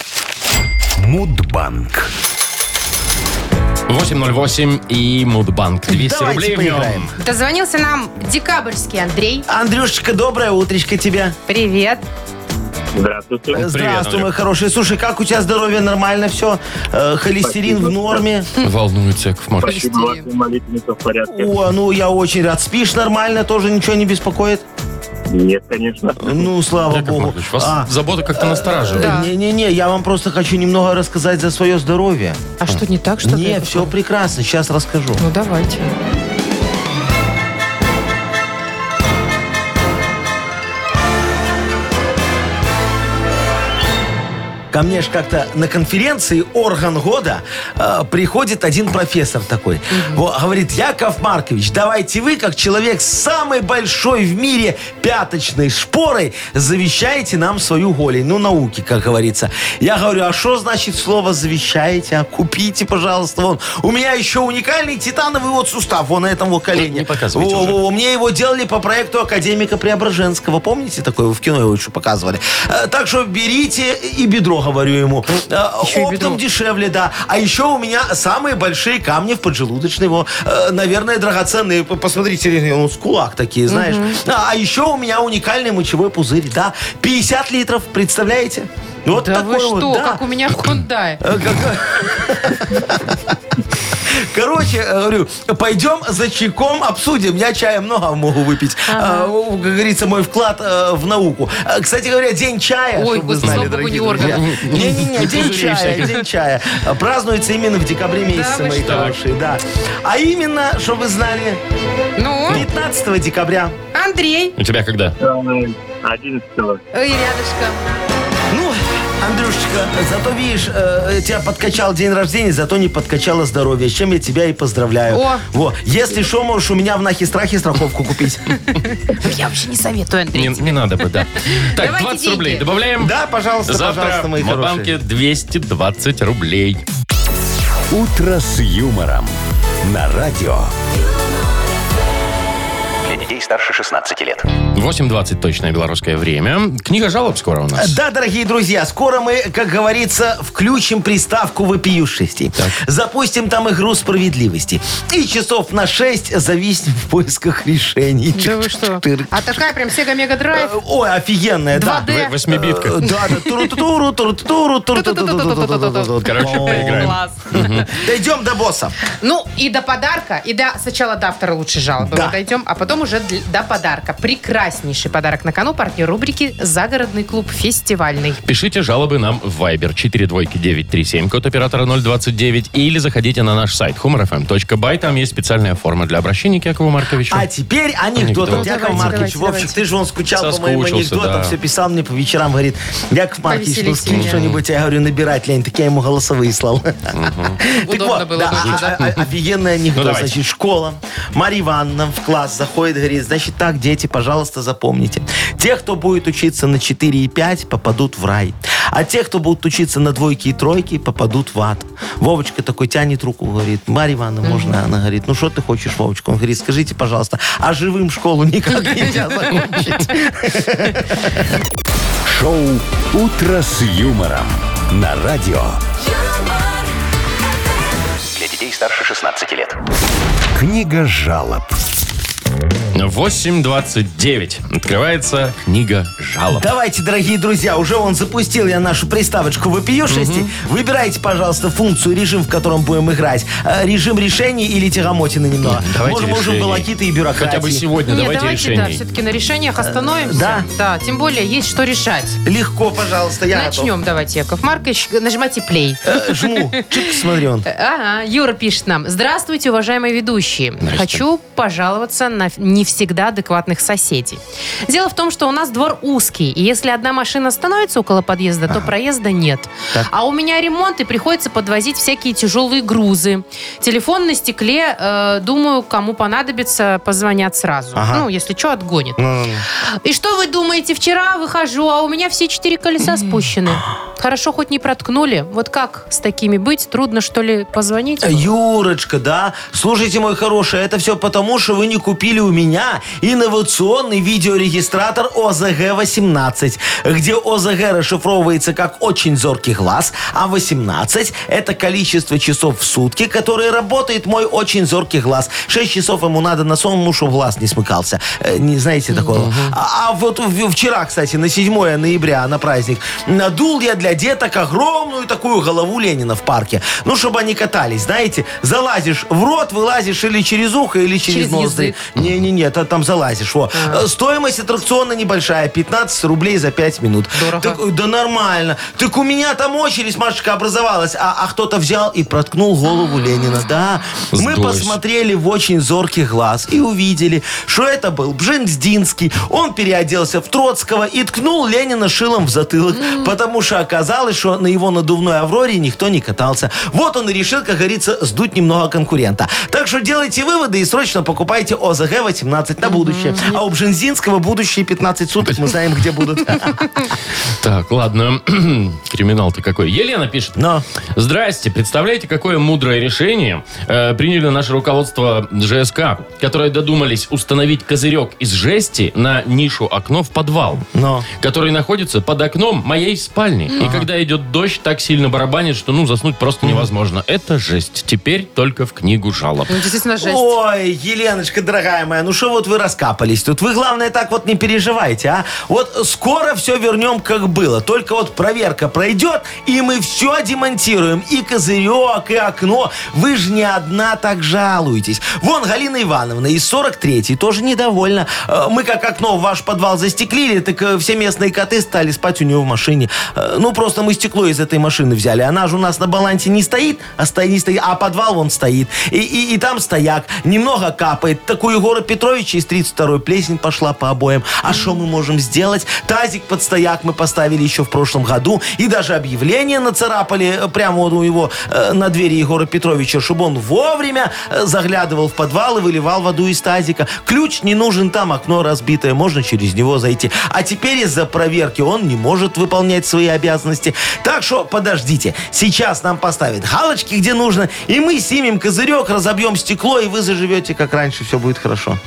Мудбанк. восемь ноль восемь и Мудбанк. двести Давайте рублей в нем. поиграем. Дозвонился нам декабрьский Андрей. Андрюшечка, доброе утречко тебе. Привет. Здравствуйте. Здравствуй, Андрюх. мой хороший. Слушай, как у тебя здоровье? Нормально все? Холестерин в норме? Волнуется, Яков Маркович. Спасибо, ваши молитвенницы в порядке. О, ну я очень рад. Спишь нормально? Тоже ничего не беспокоит? Нет, конечно. Ну, слава Яков богу. Маркович, вас А, забота как-то настораживает. Да. Не-не-не, я вам просто хочу немного рассказать за свое здоровье. А что, не так, что ли? Не, все прекрасно, сейчас расскажу. Ну, давайте. Ко мне ж как-то на конференции «Орган года» э, приходит один профессор такой. Во, говорит, Яков Маркович, давайте вы, как человек с самой большой в мире пяточной шпорой, завещаете нам свою голень. Ну, науки, как говорится. Я говорю, а что значит слово «завещаете»? А купите, пожалуйста. Вон, у меня еще уникальный титановый вот сустав, вон на этом вот колене. Не показывайте Во, уже. во, во, мне его делали по проекту академика Преображенского. Помните такое? Вы в кино его еще показывали. Э, Так что берите и бедро, говорю ему. Э, Еще и Оптом бедро. дешевле, да. А еще у меня самые большие камни в поджелудочной. Его, э, наверное, драгоценные. П- Посмотрите, ну, с кулак такие, знаешь. А, а еще у меня уникальный мочевой пузырь, да. пятьдесят литров, представляете? Вот Да такой вы вот, что, да. как у меня в Хундай. Э, как- Короче, говорю, пойдем за чайком обсудим. Я чая много могу выпить. А, как говорится, мой вклад а, в науку. А, кстати говоря, день чая, Ой, чтобы вы господи, знали, слава богу, дорогие не друзья. орган. Не-не-не, день пузырей чая, всяких. день чая. А, Празднуется именно в декабре месяце, вы мои что? хорошие, да. А именно, чтобы вы знали, Ну, пятнадцатого декабря. Андрей, У тебя когда? Э, одиннадцатого. ой, рядышком. Ну, Андрюшечка, зато, видишь, э, тебя подкачал день рождения, зато не подкачало здоровье, с чем я тебя и поздравляю. О. Во. Если что, можешь у меня в Нахи-Страхе страховку купить. Я вообще не советую, Андрей. Не, не надо бы, да. Так, Давайте двадцать деньги. рублей добавляем. Да, пожалуйста, Завтра пожалуйста, мои в хорошие. банке двести двадцать рублей. «Утро с юмором» на радио. Для детей старше шестнадцати лет. восемь двадцать точное белорусское время. Книга жалоб скоро у нас. Да, дорогие друзья, скоро мы, как говорится, включим приставку вопиюшести. Запустим там игру справедливости. И часов на шесть зависнем в поисках решений. Да вы что? А такая прям Sega Mega Drive? Э, Ой, офигенная, да. два дэ. В- Восьмибитка. Э, Да, да. Туру-туру, туру-туру, туру-туру-туру-туру-туру-туру-туру. Короче, поиграем. Класс. Дойдем до босса. Ну, и до подарка, и до сначала до автора лучшей жалобы Да. мы дойдем, а потом уже дл- до подарка. Прекраснейший подарок на кону. Партнер рубрики «Загородный клуб фестивальный». Пишите жалобы нам в Viber четыре двойки девять три семь, код оператора ноль двадцать девять, или заходите на наш сайт humor эф эм точка бай. Там есть специальная форма для обращения к Якову Марковичу. А теперь анекдот. Анекдот. Яков Давайте, Маркович, давайте, Вовчик, давайте. ты же он скучал по моим Соскучился, анекдотам, да. все писал мне по вечерам, говорит, Яков Маркович, ну Повеселись скинь меня. что-нибудь, я говорю, набирать лень, так я ему голосовые слал. Так Удобно вот, было да, тоже, а- да? а- офигенный анекдот. Ну, давайте. Значит, школа. Марья Ивановна в класс заходит, говорит, значит так, дети, пожалуйста, запомните. Те, кто будет учиться на четыре и пять, попадут в рай. А те, кто будут учиться на двойки и тройки, попадут в ад. Вовочка такой тянет руку, говорит, Марья Ивановна, можно? Она говорит, ну что ты хочешь, Вовочка? Он говорит, скажите, пожалуйста, а живым школу никак нельзя закончить? Шоу «Утро с юмором» на радио. Для детей старше шестнадцати лет. Книга жалоб. восемь двадцать девять. Открывается книга жалоб. Давайте, дорогие друзья, уже он запустил я нашу приставочку вопиюшести. Выбирайте, пожалуйста, функцию, режим, в котором будем играть. Э, Режим решений или тягомотины немного. Давайте Можем уже решений. волокиты и бюрократии. Хотя бы сегодня Нет, давайте, давайте, да, решений. все-таки на решениях остановимся. да. Да, тем более есть что решать. Легко, пожалуйста, я Начнем, давайте, Яков Маркович. Нажимайте плей. готов. Э, Жму. Чик, смотри он. Ага, Юра пишет нам. Здравствуйте, уважаемые ведущие. Хочу пожаловаться на не всегда адекватных соседей. Дело в том, что у нас двор узкий, и если одна машина становится около подъезда, то проезда нет. А у меня ремонт, и приходится подвозить всякие тяжелые грузы. Телефон на стекле, э, думаю, кому понадобится, позвонят сразу. Ага. Ну, если что, отгонит. Ну-ну-ну. И что вы думаете, вчера выхожу, а у меня все четыре колеса спущены. Хорошо, хоть не проткнули. Вот как с такими быть? Трудно, что ли, позвонить? Юрочка, да? Слушайте, мой хороший, это все потому, что вы не купили у меня инновационный видеорегистратор о зэ гэ восемнадцать, где о зэ гэ расшифровывается как очень зоркий глаз, а восемнадцать – это количество часов в сутки, которые работает мой очень зоркий глаз. шесть часов ему надо на сон, ну, чтобы глаз не смыкался. Э, Не знаете такого? А, а вот в- вчера, кстати, на седьмое ноября, на праздник, надул я для деток огромную такую голову Ленина в парке. Ну, чтобы они катались, знаете, залазишь в рот, вылазишь или через ухо, или через, Через ноздри. язык. Не-не-не, та- там залазишь. Во. Э, Стоимость аттракциона небольшая, пятнадцать рублей за пять минут. Дорого. Так, да нормально. Так у меня там очередь, Машечка, образовалась, а, а кто-то взял и проткнул голову Ленина. Да. Мы Сдулось. посмотрели в очень зоркий глаз и увидели, что это был Бженздинский. Он переоделся в Троцкого и ткнул Ленина шилом в затылок, потому что оказалось, что на его надувной Авроре никто не катался. Вот он и решил, как говорится, сдуть немного конкурента. Так что делайте выводы и срочно покупайте о зэ гэ восемнадцать на будущее. А у Бжензинского будущие пятнадцать суток мы знаем, где будут. Так, ладно. Криминал-то какой. Елена пишет. Но. Здрасте. Представляете, какое мудрое решение э, приняли наше руководство жэ эс ка, которые додумались установить козырек из жести на нишу окно в подвал, Но. который находится под окном моей спальни. И когда идет дождь, так сильно барабанит, что ну заснуть просто невозможно. Это жесть. Теперь только в книгу жалоб. Ну, действительно, жесть. Ой, Еленочка, дорогая моя, ну что вот вы раскапались тут? Вы, главное, так вот не переживайте, а? Вот скоро все вернем, как было. Только вот проверка пройдет, и мы все демонтируем. И козырек, и окно. Вы же не одна так жалуетесь. Вон Галина Ивановна из сорок третьей тоже недовольна. Э, Мы как окно в ваш подвал застеклили, так э, все местные коты стали спать у нее в машине. Э, Ну, просто мы стекло из этой машины взяли. Она же у нас на балансе не стоит, а, стоит, не стоит, а подвал вон стоит. И, и, и там стояк. Немного капает. Так у Егора Петровича из тридцать второй плесень пошла по обоям. А что мы можем сделать? Тазик под стояк мы поставили еще в прошлом году. И даже объявление нацарапали э, прямо вот у его э, на двери Егора Петровича, чтобы он вовремя э, заглядывал в подвал и выливал воду из тазика. Ключ не нужен, там окно разбитое, можно через него зайти. А теперь из-за проверки он не может выполнять свои обязанности. Так что подождите. Сейчас нам поставят галочки, где нужно, и мы снимем козырек, разобьем стекло, и вы заживете, как раньше. Все будет хорошо.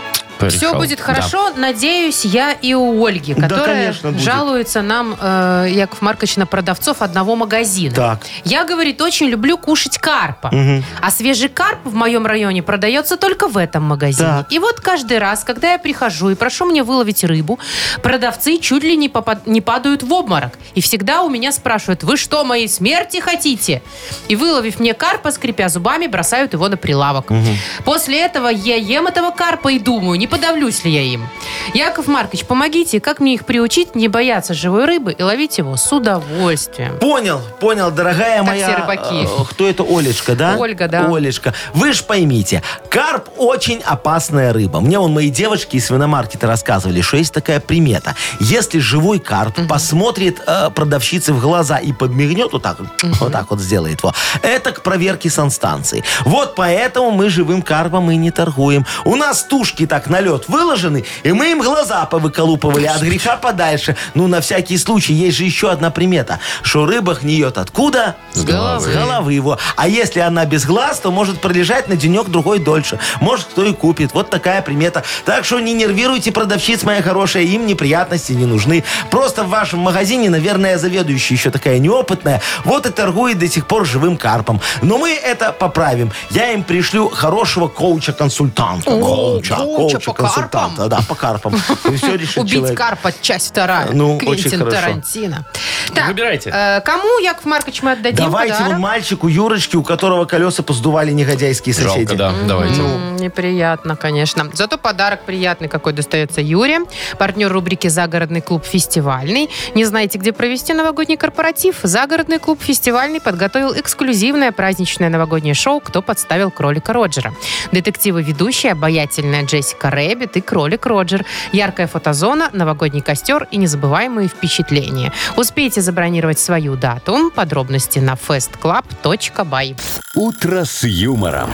Все Порешал. будет Да. хорошо, надеюсь, я и у Ольги, Да, которая конечно, будет. жалуется нам, э, Яков Маркович, на продавцов одного магазина. Так. Я, говорит, очень люблю кушать карпа. А свежий карп в моем районе продается только в этом магазине. Так. И вот каждый раз, когда я прихожу и прошу мне выловить рыбу, продавцы чуть ли не, попад- не падают в обморок. И всегда у меня спрашивают: вы что, моей смерти хотите? И, выловив мне карпа, скрипя зубами, бросают его на прилавок. После этого я ем этого карпа и думаю, не подавлюсь ли я им. Яков Маркович, помогите, как мне их приучить не бояться живой рыбы и ловить его с удовольствием? Понял, понял, дорогая Как моя... все рыбаки. э, Кто это, Олечка, да? Ольга, да. Олечка. Вы ж поймите, карп очень опасная рыба. Мне вон мои девочки из свиномаркета рассказывали, что есть такая примета. Если живой карп посмотрит э, продавщице в глаза и подмигнет, вот так вот, вот так вот сделает его, это к проверке санстанции. Вот поэтому мы живым карпом и не торгуем. У нас тушки так на лед выложены, и мы им глаза повыколупывали от греха подальше. Ну, на всякий случай, есть же еще одна примета, что рыба гниет откуда? С головы. С головы его. А если она без глаз, то может пролежать на денек-другой дольше. Может, кто и купит. Вот такая примета. Так что не нервируйте продавщиц, моя хорошая, им неприятности не нужны. Просто в вашем магазине, наверное, заведующая еще такая неопытная, вот и торгует до сих пор живым карпом. Но мы это поправим. Я им пришлю хорошего коуча-консультанта. О, коуча по коуча-консультанта. Да, по карпам. И все решит Убить человек. карпа, часть вторая. Ну, очень Квентин хорошо. Тарантино. Так, Выбирайте. э, кому, Яков Маркович, мы отдадим Давайте подарок? вон мальчику Юрочке, у которого колеса поздували негодяйские соседи. Жалко, да, давайте. М, Неприятно, конечно. Зато подарок приятный какой достается Юре. Партнер рубрики «Загородный клуб фестивальный». Не знаете, где провести новогодний корпоратив? «Загородный клуб фестивальный» подготовил эксклюзивное праздничное новогоднее шоу «Кто подставил кролика Роджера». Детективы-ведущие, обаятельная Джессика Рэббит и кролик Роджер. Яркая фотозона, новогодний костер и незабываемые впечатления. Успейте забронировать свою дату. Подробности на фестклаб точка бай. «Утро с юмором».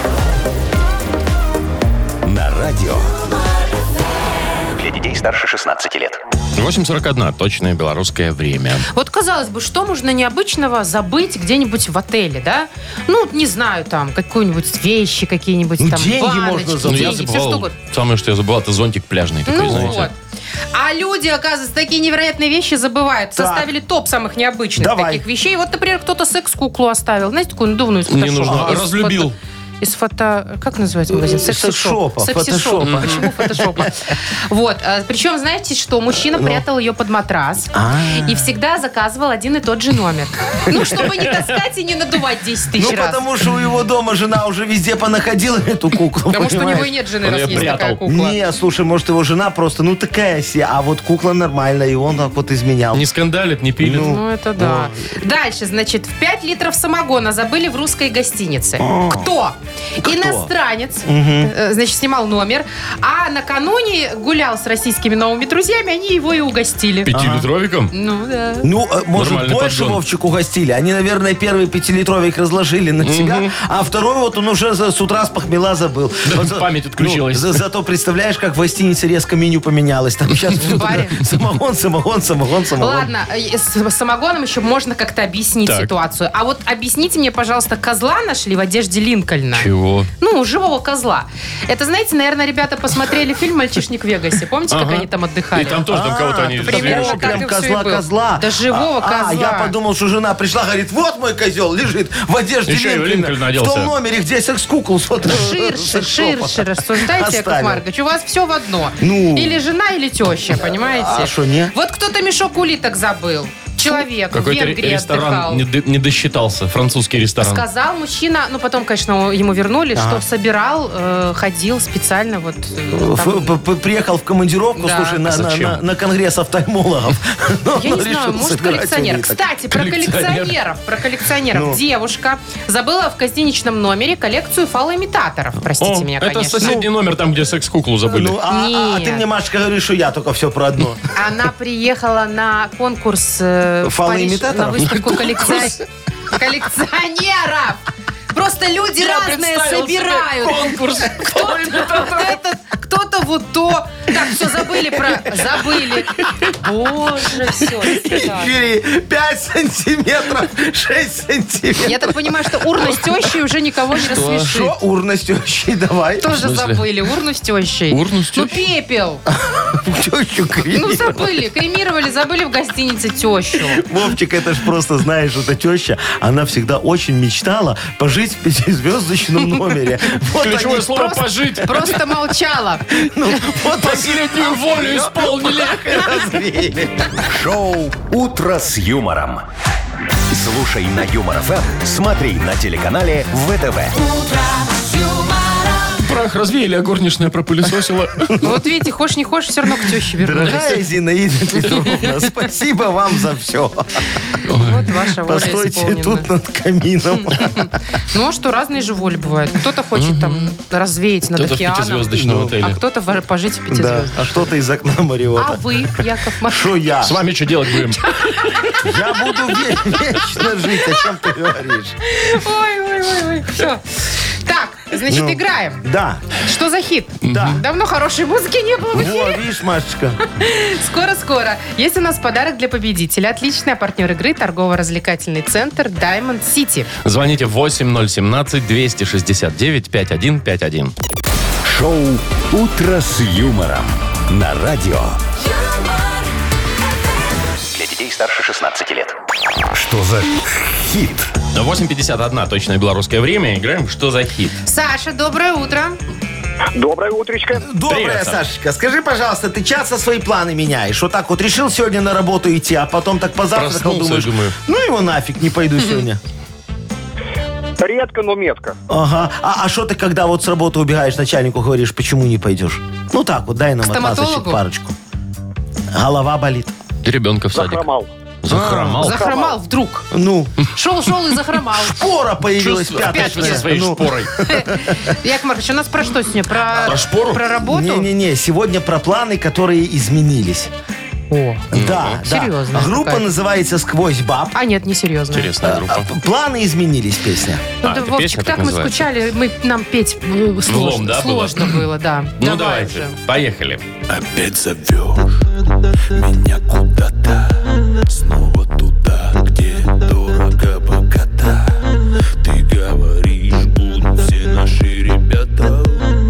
На радио. Для детей старше шестнадцати лет. восемь сорок один, точное белорусское время. Вот, казалось бы, что можно необычного забыть где-нибудь в отеле, да? Ну, не знаю, там, какие-нибудь вещи, какие-нибудь Ну, там деньги баночки, можно Ну, забыть. я деньги, все что забывал, угодно. самое, что я забывал, это зонтик пляжный такой, Ну знаете. вот. А люди, оказывается, такие невероятные вещи забывают. Так. Составили топ самых необычных Давай. таких вещей. Вот, например, кто-то секс-куклу оставил. Знаете, такую надувную из Не фотошопа. нужно. Из Разлюбил. фото- Из фото... Как называется магазин? Секс-шопа, Секси-шопа. фотошопа. Почему фотошопа? Вот. а, Причем, знаете, что мужчина прятал ее под матрас и всегда заказывал один и тот же номер. Ну, чтобы не таскать и не надувать десять тысяч Ну, раз. потому что у его дома жена уже везде понаходила эту куклу. Потому что у него понимаешь? и нет жены, Он раз её есть такая прятал. кукла. Не, слушай, может, его жена просто, ну, такая себе, а вот кукла нормальная, и он так вот изменял. Не скандалит, не пилит. Ну, это да. Дальше, значит, в пять литров самогона забыли в русской гостинице. Кто? Иностранец, э, значит, снимал номер, а накануне гулял с российскими новыми друзьями, они его и угостили. Пятилитровиком? Ну, да. Ну, э, может, Нормальный больше подгон. Вовчик угостили. Они, наверное, первый пятилитровик разложили на себя, а второй вот он уже за- с утра с похмела забыл. Да, Вот за- память отключилась. ну, за- зато представляешь, как в гостинице резко меню поменялось. Там сейчас В баре. самогон, самогон, самогон, самогон. Ладно, э, с самогоном еще можно как-то объяснить Так. ситуацию. А вот объясните мне, пожалуйста, козла нашли в одежде Линкольна. Чего? Ну, живого козла. Это, знаете, наверное, ребята посмотрели фильм «Мальчишник в Вегасе». Помните, как Ага. они там отдыхали? И там тоже там кого-то они... примерно зверушек. как Прям и всё и было. козла-козла. Да живого А, козла. я подумал, что жена пришла, говорит, вот мой козел лежит в одежде Еще и Линкольна. Линкольн В оделся. том номере, где секс-кукол. Ширше, ширше рассуждайте, Яков Оставил. Маркович. У вас все в одно. Ну. Или жена, или теща, понимаете? А шо, не? Вот кто-то мешок улиток забыл. Человек в Какой-то Венгрии ресторан отдыхал. не, д- не досчитался, французский ресторан. Сказал мужчина, ну потом, конечно, ему вернули, Ага. что собирал, э, ходил специально вот э, Ф- там. п- п- Приехал в командировку, Да. слушай, на, А на- зачем? на- на конгресс офтальмологов. Но Я он не знаю, решил может, собирать коллекционер. улиток. Кстати, про Коллекционер. коллекционеров. Про коллекционеров. Ну. Девушка забыла в гостиничном номере коллекцию фалоимитаторов. Простите О, меня, это конечно. соседний номер, там, где секс-куклу забыли. Ну, а, а- а Нет. ты мне, Машка, говоришь, что я только все про одно. Она приехала на конкурс э, в Париж, Фалоимитаторов? на выставку коллекци- коллекционеров. Просто люди Я разные представил себе собирают. конкурс. Кто-то вот этот, кто-то вот то. Так, все, забыли про... Забыли. Боже, все. Бери пять сантиметров, шесть сантиметров. Я так понимаю, что урна с тещей уже никого не рассмешит. Что? Урна с тещей, давай. Тоже В смысле? забыли. Урну с тещей. Урну с Ну, тещей? пепел. Тещу Ну, кремировать. забыли. Кремировали, забыли в гостинице тещу. Вовчик, это ж просто, знаешь, эта теща, она всегда очень мечтала пожить в пятизвездочном номере. Вот Ключевое они слово «пожить». Просто молчала. Ну, вот Последнюю волю исполнили. развеяли. Шоу «Утро с юмором». Слушай на Юмор ФМ, смотри на телеканале ВТВ. Прах развеяли, а горничная пропылесосила. Вот видите, хочешь не хочешь, все равно к теще вернулись. Дорогая Зинаида Петровна, спасибо вам за все. Вот ваша воля Постойте исполнена. тут над камином. Ну а что, разные же воли бывают. Кто-то хочет там развеять над Кто-то в океаном, пятизвездочном а отеле. кто-то в- пожить в Да, пятизвездочном. а что-то из окна А Мариота. вы, Яков Маркович? Что я? С вами что делать будем? Я буду ве- вечно жить, о чем ты говоришь. Ой, ой, ой, ой. Все. Так, значит, Ну. играем. Да, Что за хит? Да. Давно хорошей музыки не было в эфире. вот, видишь, Машечка. Скоро-скоро. Есть у нас подарок для победителя. Отличный партнер игры торгово-развлекательный центр Diamond City. Звоните восемь ноль семнадцать двести шестьдесят девять пятьдесят один пятьдесят один. Шоу «Утро с юмором» на радио. Для детей старше шестнадцати лет. Что за хит? восемь пятьдесят один точное белорусское время. Играем в «Что за хит?». Саша, доброе утро. Доброе утречко. Доброе, Привет, Саш. Сашечка. Скажи, пожалуйста, ты часто свои планы меняешь? Вот так вот решил сегодня на работу идти, а потом так позавтракал, Проснулся думаешь, и думаю. ну его нафиг, не пойду сегодня. Редко, но метко. Ага. А что ты, когда вот с работы убегаешь, начальнику говоришь, почему не пойдешь? Ну так вот, дай нам К отмазочек стоматологу? парочку. Голова болит. И ребенка в садик. Захромал. Захромал. Захромал вдруг. Ну, Шел-шел и захромал. шпора появилась Чувствую, опять вы пяточная. со своей Ну, шпорой. Яков Маркович, у нас про что сегодня? Про, Про шпору? Про работу? Не-не-не, сегодня про планы, которые изменились. О. Да, да. Серьезная Группа какая-то. называется «Сквозь баб». А нет, не серьезно. Интересная А, группа. Планы изменились, песня. Ну, А, да, это Вовчик, песня так так мы называется? скучали, мы, нам петь э, сложно, Влом, да, было? сложно было, да. Ну Давай давайте, же. поехали. Опять зовешь меня куда-то, снова туда, где дорого богато. Ты говоришь, будут все наши ребята.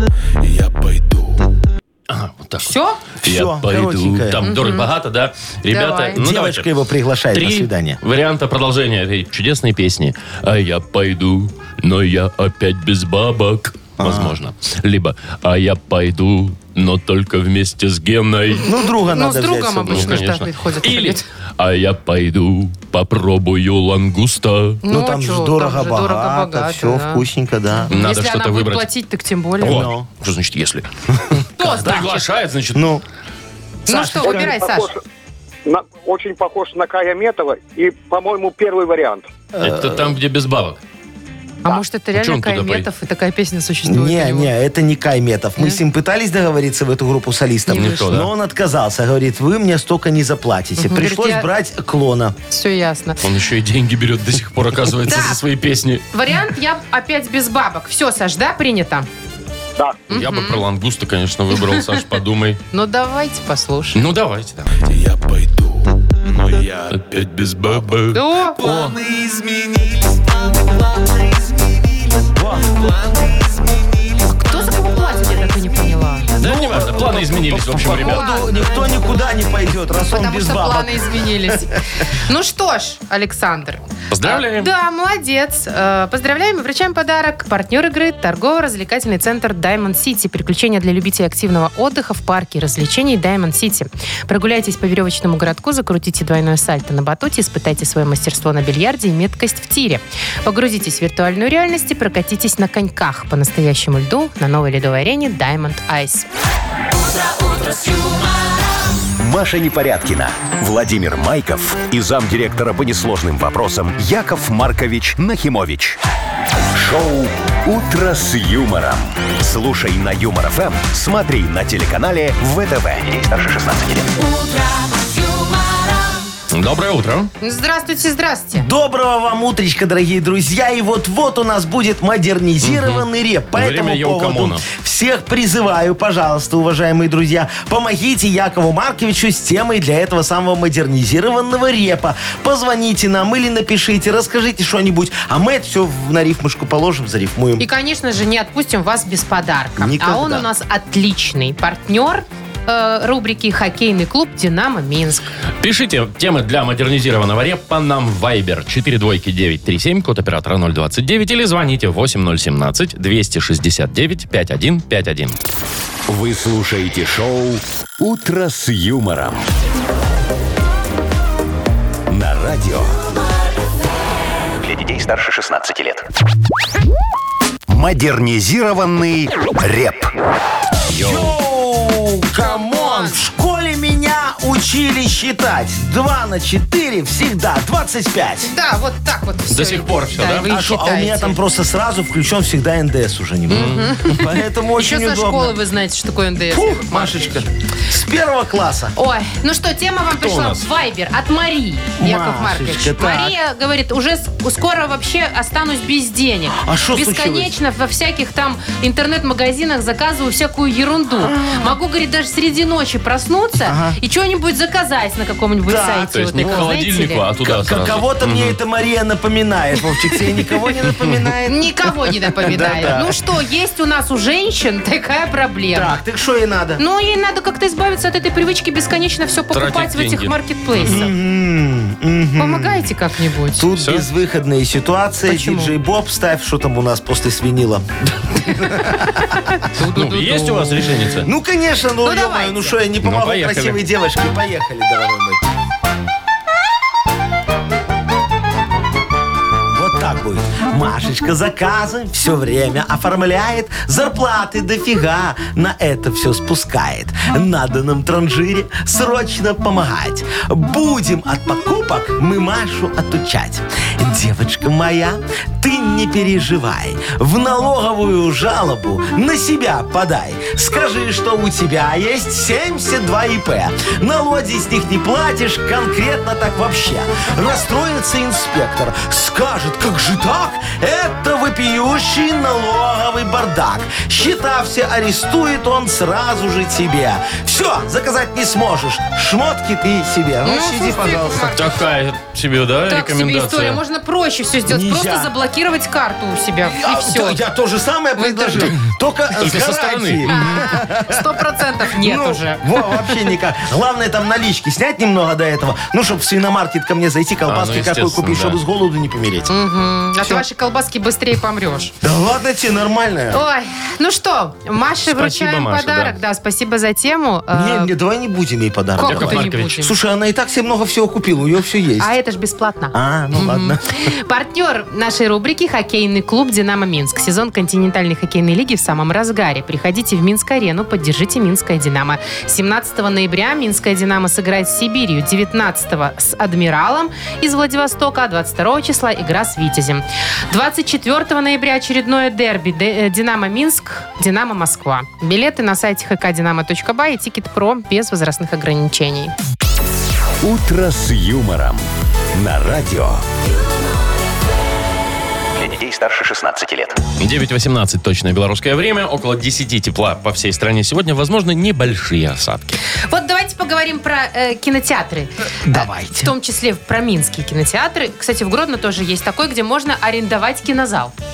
Я пойду. Ага, вот так вот. Все? Я Всё, пойду. коротенькое. Там дорого богато, да? Ребята, Давай. ну Девочка давайте. его приглашает на Три свидание. варианта продолжения этой чудесной песни. А я пойду, но я опять без бабок. Возможно. Либо а я пойду, но только вместе с Геной. Ну, друга Ну, с надо взять. другом с собой. обычно Ну, ж конечно. так ходят. Или ходят. а я пойду, попробую лангуста. Ну, а там же чё, дорого-богато, дорого-богато, все да. вкусненько, да. Надо Если что-то она будет выбрать. платить, так тем более. Вот. Ну. Что значит если? Что, значит? Приглашает, значит. Ну, Ну что, выбирай, Саш. Похож на- очень похож на Кая Метова и, по-моему, первый вариант. Это там, где без бабок. А может, это чё реально он туда Кайметов, и такая песня существует? у не, него? не, это не Кайметов. Мы Нет? с ним пытались договориться в эту группу солистов, Не вышло. да? но он отказался. Говорит, вы мне столько не заплатите. Мгм. Пришлось Говорит, я- брать клона. Все ясно. Он еще и деньги берет до сих пор, оказывается, Да. за свои песни. Вариант «Я опять без бабок». Все, Саш, да, принято? Да. Я бы про лангуста, конечно, выбрал, Саш, подумай. Ну, давайте послушаем. Ну, давайте, давайте. Я пойду, но я опять без бабок. О, Планы изменились, планы, планы изменились. Кто за кого платит, я так и не поняла. Да, не важно, планы изменились, в общем, ребят. Походу, никто никуда не пойдет, раз он Потому без что бабок. планы изменились. Ну что ж, Александр. Поздравляем. Да, молодец. Э, Поздравляем и вручаем подарок. Партнер игры – торгово-развлекательный центр Diamond City. Приключения для любителей активного отдыха в парке развлечений Diamond City. Прогуляйтесь по веревочному городку, закрутите двойное сальто на батуте, испытайте свое мастерство на бильярде и меткость в тире. Погрузитесь в виртуальную реальность и прокатитесь на коньках по настоящему льду на новой ледовой арене Diamond Ice. Маша Непорядкина, Владимир Майков и замдиректора по несложным вопросам Яков Маркович Нахимович. Шоу «Утро с юмором». Слушай на Юмор ФМ, смотри на телеканале ВТВ. Ей старше шестнадцати лет. Доброе утро. Здравствуйте, здравствуйте. Доброго вам утречка, дорогие друзья. И вот-вот у нас будет модернизированный реп. По Время этому Йоко поводу Оно. всех призываю, пожалуйста, уважаемые друзья, помогите Якову Марковичу с темой для этого самого модернизированного репа. Позвоните нам или напишите, расскажите что-нибудь, а мы это все на рифмушку положим, зарифмуем. И, конечно же, не отпустим вас без подарка. Никогда. А он у нас отличный партнер э, рубрики «Хоккейный клуб «Динамо Минск». Пишите темы для модернизированного репа нам в Viber четыре двойки девять три семь, код оператора ноль двадцать девять, или звоните восемь ноль семнадцать двести шестьдесят девять пятьдесят один пятьдесят один. Вы слушаете шоу «Утро с юмором». На радио. Для детей старше шестнадцати лет. Модернизированный реп. Йоу, камон! В школе меня учили считать. Два на четыре всегда двадцать пять. Да, вот так вот все. До сих пор всё, да? Вы А, шо, а у меня считаете. там просто сразу включен всегда эн дэ эс уже не Поэтому Еще очень со удобно. школы вы знаете, что такое эн дэ эс. Фух, Машечка, с первого класса. Ой, ну что, тема вам у пришла нас? в Вайбер от Марии, Яков Маркович. Машечка, так. Мария говорит, уже с- скоро вообще останусь без денег. А шо Бесконечно во всяких там интернет-магазинах заказываю всякую ерунду. Могу, говорит, даже среди ночи проснуться Ага. и что-нибудь заказать на каком-нибудь Так. сайте. То есть вот не к таком, знаете холодильнику, ли. а туда К- сразу. Кого-то мне это Мария напоминает, Вовчик, тебе никого не напоминает? Никого не напоминает. Да-да. Ну что, есть у нас у женщин такая проблема. Так, так что ей надо? Ну, ей надо как-то избавиться от этой привычки бесконечно все покупать Тратить в этих деньги. маркетплейсах. М, мгм. Помогайте как-нибудь. Тут Всё? безвыходная ситуация. Почему? Диджей Боб, ставь, что там у нас после свинила. Ну, есть у вас решение-то? Ну, конечно, ну, Ну, ё-моё, давайте. ну что, я не Ну, помогу поехали. красивой девочке. Поехали, дорогой мой. Вот так будет. Машечка заказы все время оформляет, зарплаты дофига на это все спускает. Надо нам транжире срочно помогать. Будем от покупок мы Машу отучать. Девочка моя, ты не переживай, в налоговую жалобу на себя подай. Скажи, что у тебя есть семьдесят два и пэ. Налоги с них не платишь, конкретно так вообще. Расстроится инспектор, скажет, как же так? Это вопиющий налоговый бардак. Счета все арестует он сразу же тебе. Все, заказать не сможешь. Шмотки ты себе. Ну, Ну, сиди, слушайте, пожалуйста. Марк, Такая себе, да, Так себе рекомендация? история. Можно проще все сделать. Нельзя. Просто заблокировать карту у себя. Я, И все. я то же самое Вы предложил. даже- Только, Только с со гарантией. стороны. Сто процентов нет Ну, уже. во, вообще никак. Главное там налички снять немного до этого. Ну, чтобы в свиномаркет ко мне зайти, колбаски А, ну, какой естественно, купить, да. чтобы с голоду не помереть. Мгм. От вашей колбаски быстрее помрешь. Да ладно тебе, нормально. Ой, ну что, Маше Спасибо, вручаем Маша, подарок. Да. спасибо за тему. Не, Э, не, давай не будем ей подарок Как Яков это не давать. Маркович. будем? Слушай, она и так себе много всего купила, у нее все есть. А это ж бесплатно. А, ну ладно. Партнер нашей рубрики «Хоккейный клуб «Динамо Минск». Сезон континентальной хоккейной лиги в самом разгаре. Приходите в Минск-арену, поддержите «Минское Динамо». семнадцатого ноября «Минское Динамо» сыграет с Сибирью, девятнадцатого с «Адмиралом» из Владивостока, а двадцать второго числа игра с «Витязем». двадцать четвертого ноября очередное дерби Д- э, «Динамо Минск», «Динамо Москва». Билеты на сайте эйч кей динамо точка бай и Тикет.Про без возрастных ограничений. «Утро с юмором» на радио. Для детей старше шестнадцати лет. девять восемнадцать точное белорусское время. Около десяти тепла по всей стране сегодня. Возможно, небольшие осадки. Вот давайте поговорим про э, кинотеатры. Давайте. В том числе про минские кинотеатры. Кстати, в Гродно тоже есть такой, где можно арендовать кинозал.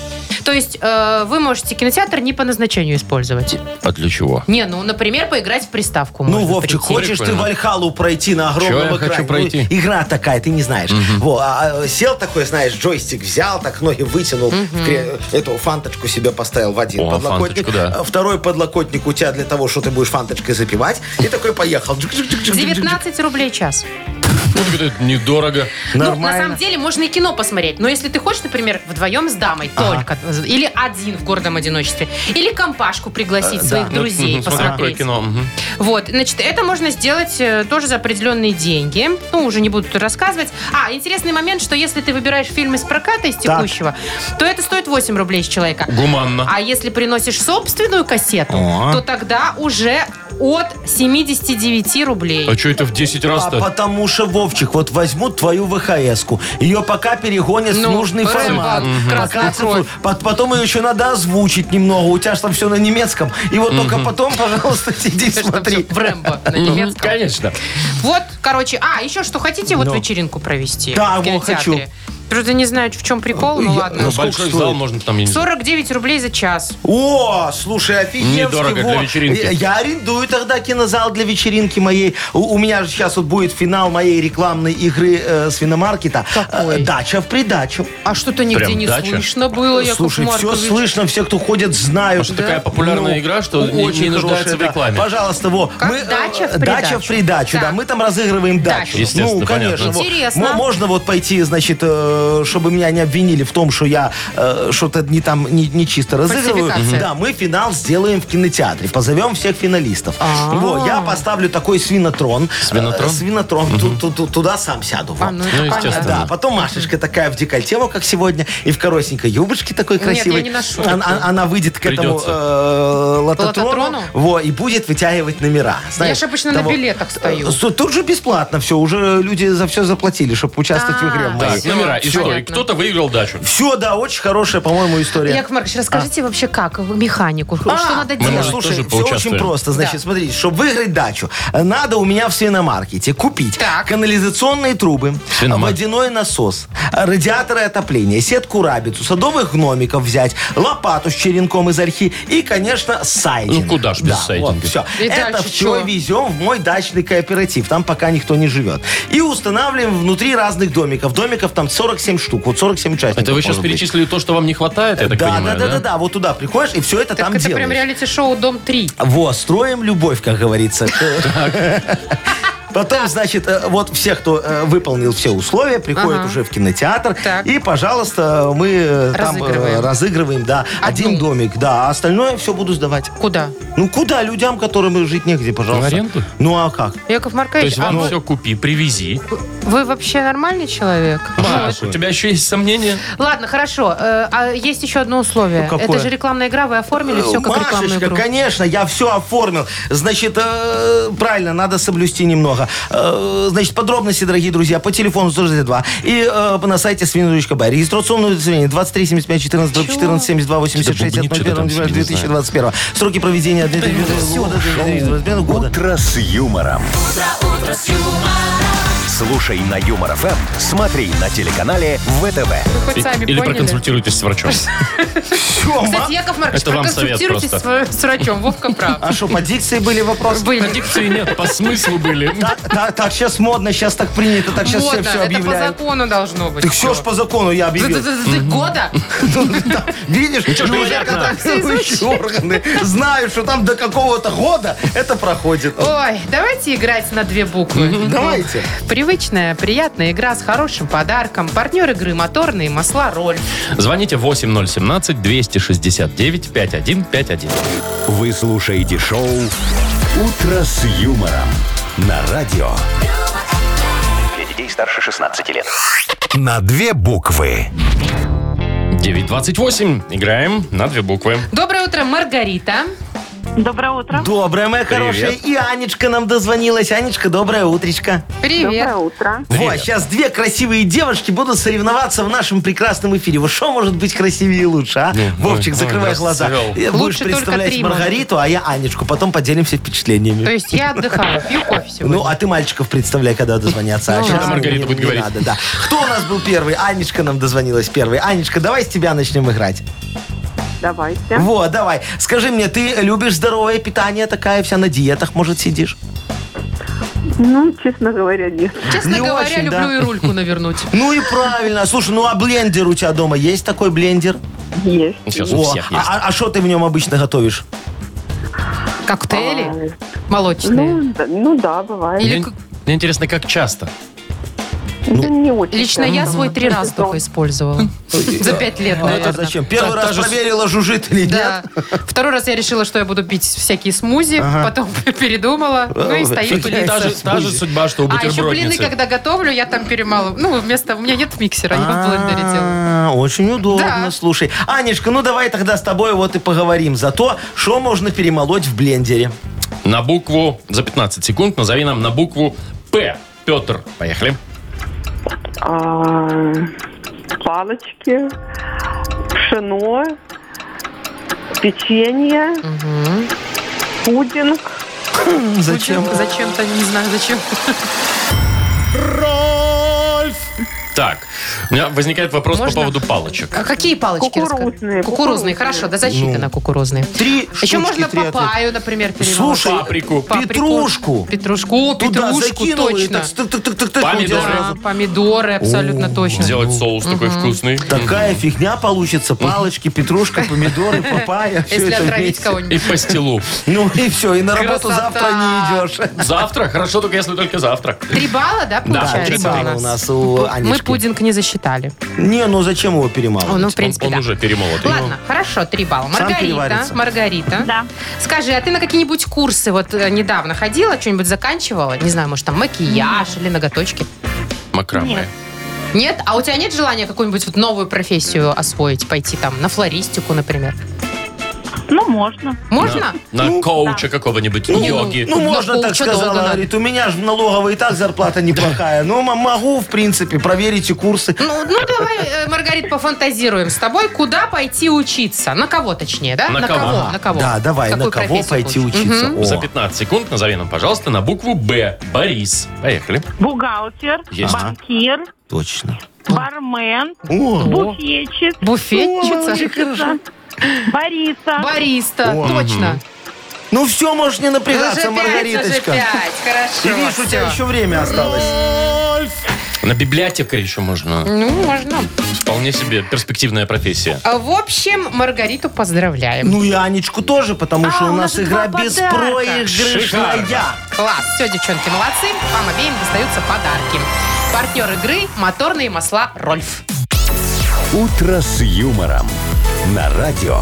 То есть э, вы можете кинотеатр не по назначению использовать. А для чего? Не, ну, например, поиграть в приставку. Ну, можно Вовчик, прийти. хочешь ты Прикольно. Вальхалу пройти на Чё огромном я экране? хочу Ну, пройти? игра такая, ты не знаешь. Во, а, а, сел такой, знаешь, джойстик взял, так ноги вытянул, в кре- эту фанточку себе поставил в один О, подлокотник. фанточку, да. а Второй подлокотник у тебя для того, что ты будешь фанточкой запивать. И такой поехал. Джик-джик-джик-джик-джик-джик. девятнадцать рублей час. Вот это недорого. Ну, на Нормально. самом деле, можно и кино посмотреть. Но если ты хочешь, например, вдвоем с дамой только, или один в гордом одиночестве, или компашку пригласить Э, своих да. друзей Мгм, смотря какое посмотреть. кино. Мгм. Вот, значит, это можно сделать э, тоже за определенные деньги. Ну, уже не буду тут рассказывать. А, интересный момент, что если ты выбираешь фильм из проката, из текущего, то это стоит восемь рублей с человека. Гуманно. А если приносишь собственную кассету, О. то тогда уже от семьдесят девять рублей. А что это в десять А раз-то? потому что, Вовчик, вот возьмут твою ВХС-ку, ее пока перегонят Ну, в нужный Рэмбо, формат. «Красная Пока кровь». цифру- пот- Потом ее еще надо озвучить немного. У тебя же там все на немецком. И вот только потом, пожалуйста, сиди Что там смотри. всё в Рэмбо на Мгм, немецком. Конечно. Вот, короче, а, еще что, хотите вот Ну. вечеринку провести? Да, в вот кинотеатре? хочу. Просто не знаю, в чем прикол, ну Я- ладно. Ну, сколько большой стоит? зал можно там, я не знаю. сорок девять рублей за час. О, слушай, офигенский. Недорого для Во. вечеринки. Я, я арендую тогда кинозал для вечеринки моей. У, у меня же сейчас вот будет финал моей рекламной игры э, свиномаркета. Какой? Э, дача в придачу. А что-то нигде Прям не дача? слышно было, Яков Слушай, все Маркович. слышно, все, кто ходит, знают. Что такая популярная игра, что не- не нуждается в да. рекламе. Пожалуйста, во. Как э, дача в Дача придачу. в придачу, да. Так. Мы там разыгрываем дачу. Дачу. Естественно, Ну, конечно. понятно. во. Интересно. М- Можно вот пойти, значит, э, чтобы меня не обвинили в том, что я э, что-то не там не, не чисто разыгрываю. Фальсификация. Да, мы финал сделаем в кинотеатре. Позовем всех финалистов. А-а-а. Во, я поставлю такой свинотрон. Свинотрон? Э, Свинотрон. Ту- ту- ту- Туда сам сяду. во. А, ну, это Ну, понятно. естественно. Да, потом Машечка такая в декольте, вот как сегодня, и в коротенькой юбочке такой Нет, красивой. я не ношу Она, такую. она выйдет к этому Придется. э, лототрону, Лототрону? во, и будет вытягивать номера. Знаешь, ж обычно на билетах стою. Э, сто- Тут же бесплатно все, уже люди за все заплатили, чтобы участвовать в игре. в А, моей. Так, номера и Всё. что? И Понятно. кто-то выиграл дачу. Все, да, очень хорошая, по-моему, история. Яков Маркович, расскажите вообще как, механику, что А, надо мы, делать? может, Слушай, тоже все поучаствуем? очень просто. Значит, Да. смотрите, чтобы выиграть дачу, надо у меня в свиномаркете купить Так. канализационные трубы, Свиномаркет. водяной насос, радиаторы отопления, сетку рабицу, садовых гномиков взять, лопату с черенком из ольхи и, конечно, сайдинг. Ну, куда ж без Да, сайдинга? Вот, все. И Это дальше все чё? везем в мой дачный кооператив. Там пока никто не живет. И устанавливаем внутри разных домиков. Домиков там сорок семь штук. Вот сорок семь участников. Это вы сейчас может быть. перечислили то, что вам не хватает, я так да, понимаю, да, да, да, да. Вот туда приходишь и все это Так там это делаешь. прям реалити-шоу «Дом три». Во, строим любовь, как говорится. Потом, значит, э, вот все, кто э, выполнил все условия, приходят Ага. уже в кинотеатр. Так. И, пожалуйста, мы э, там э, Разыгрываем. разыгрываем, да, один Одну. домик, да, а остальное все буду сдавать. Куда? Ну, куда? Людям, которым жить негде, пожалуйста. В аренду? Ну, а как? Яков То Маркович, есть а вам вы, все купи, привези. вы вообще нормальный человек? Маш, у тебя еще есть сомнения? Ладно, хорошо. Э, а есть еще одно условие. Ну, какое? Это же рекламная игра, вы оформили все как рекламную Машечка, игру. конечно, я все оформил. Значит, э, правильно, надо соблюсти немного. Э, значит, подробности, дорогие друзья, по телефону сто шестьдесят два и э, на сайте свин точка бай. Регистрационное удостоверение двадцать три семьдесят пять четырнадцать Чего? четырнадцать семьдесят два восемьдесят шесть Что-то бубнит, что-то там себе, не две тысячи двадцать первого. Сроки проведения две тысячи двадцатого года. две тысячи двадцать первого года. «Утро с юмором». Слушай на Юмор ФМ, смотри на телеканале ВТВ. Вы хоть И- сами Или поняли? проконсультируйтесь с врачом. Всё, Кстати, ма- Яков Маркович, Это вам совет проконсультируйтесь с, с врачом. Вовка прав. А что, по дикции были вопросы? Были. Дикции нет, по смыслу были. Так, так, так, сейчас модно, сейчас так принято, так сейчас все, Модно, все это по объявляют. закону должно быть. Так все ж по закону я объявил. Ты года? Да, видишь, Ничего ж люди, непонятно. контролирующие органы знают, что там до какого-то года это проходит. Ой, давайте играть на две буквы. Давайте. Привычная, приятная игра с хорошим подарком. Партнер игры «Моторные масла Роль». Звоните восемь ноль семнадцать двести шестьдесят девять пятьдесят один пятьдесят один. Вы слушаете шоу «Утро с юмором» на радио. Для детей старше шестнадцати лет. На две буквы. девять двадцать восемь. Играем на две буквы. Доброе утро, Маргарита. Доброе утро. Доброе, моя Привет. хорошая. И Анечка нам дозвонилась. Анечка, доброе утречко. Привет. Доброе утро. Вот, Привет. сейчас две красивые девушки будут соревноваться в нашем прекрасном эфире. Вот что может быть красивее и лучше, а? Вовчик, ой, закрывай раз глаза. завел. Э, Будешь Лучше только представлять три Маргариту, а я Анечку. Потом поделимся впечатлениями. То есть я отдыхаю, пью кофе сегодня. Ну, а ты мальчиков представляй, когда дозвонятся. Ну, а сейчас ладно. Маргарита не- будет не говорить. надо, да. Кто у нас был первый? Анечка нам дозвонилась первой. Анечка, давай с тебя начнем играть. Давайте. Вот, давай. Скажи мне, ты любишь здоровое питание, такая вся на диетах, может, сидишь? Ну, честно говоря, нет. Честно Не говоря, очень, люблю да? и рульку навернуть. Ну и правильно. Слушай, ну а блендер у тебя дома есть такой блендер? Есть. Сейчас у О, всех есть. а что ты в нем обычно готовишь? Коктейли молочные. Ну, да, ну да, бывает. Или Мне, к- мне интересно, как часто? Да не очень. Лично я свой три раза только использовала. За пять лет, А наверное. зачем? Первый Та- раз та же с- проверила, жужжит или Да. нет? Второй раз я решила, что я буду пить всякие смузи, потом передумала, ну и стоит Фигня пылится. Та же, та же судьба, что у А еще блины, бутербродницы. когда готовлю, я там перемалываю. Ну, вместо... У меня нет миксера, я в блендере делаю. А, Очень удобно, Да. слушай. Анечка, ну давай тогда с тобой вот и поговорим за то, что можно перемолоть в блендере. На букву, за пятнадцать секунд, назови нам на букву П. Петр. Поехали. А, палочки, пшено, печенье, пудинг. Зачем? Зачем-то, не знаю, зачем. Так, у меня возникает вопрос Можно? по поводу палочек. А какие палочки? Кукурузные, Кукурузные. кукурузные. Хорошо, да засчитано кукурузные. Три Еще штучки, можно три ответа. папаю, например, перемолоть. Слушай, Паприку. петрушку. Петрушку, О, Туда петрушку, закинула и точно. так стык-тык-тык-тык, у Помидоры. тебя Да, сразу помидоры, абсолютно точно. Сделать соус такой вкусный. такая фигня получится. Палочки, петрушка, помидоры, папайя. Все Если это отравить вместе. И кого-нибудь. по стилу. Ну и все, и на работу Красота. завтра не идешь. Завтра? Хорошо, только если только завтра. Три балла, да, Да, получается три балла у нас у Мы Анечки. пудинг не засчитали. Не, ну зачем его О, перемалывать? ну, в принципе, Он да. уже перемолотый. Ладно, хорошо, три балла. Сам Маргарита, переварится. Маргарита. Да. Скажи, а ты на какие-нибудь курсы вот э, недавно ходила, что-нибудь заканчивала? Не знаю, может, там макияж или ноготочки? Макраме. Нет. Нет? А у тебя нет желания какую-нибудь вот новую профессию освоить, пойти там на флористику, например? Ну, можно. Можно? На коуча какого-нибудь, йоги. Ну, На можно так коуча сказала. долго надо. Говорит, у меня же в налоговой и так зарплата неплохая. Ну, м- могу, в принципе, проверите курсы. Ну, ну давай, э, Маргарит, пофантазируем с тобой, куда пойти учиться. На кого, точнее, да? На кого? На кого? Да, давай, Какую на кого профессию пойти хочешь? учиться? Мгм. О. За пятнадцать секунд назови нам, пожалуйста, на букву Б. Борис. Поехали. Бухгалтер, Есть. банкир, Точно. бармен, О, буфетчик, Буфетчица? бариста. Бариста, О. точно. ну все, можешь не Уже напрягаться, пять, уже Маргариточка. пять, хорошо. И видишь, у тебя всё. еще время осталось. На библиотекаря еще можно. Ну, можно. Вполне себе перспективная профессия. А, В общем, Маргариту поздравляем. Ну и Анечку тоже, потому А, что у у нас нас игра два беспроигрышная. Шикарно. Класс. Все, девчонки, молодцы. Вам обеим достаются подарки. Партнер игры «Моторные масла Рольф». «Утро с юмором» на радио.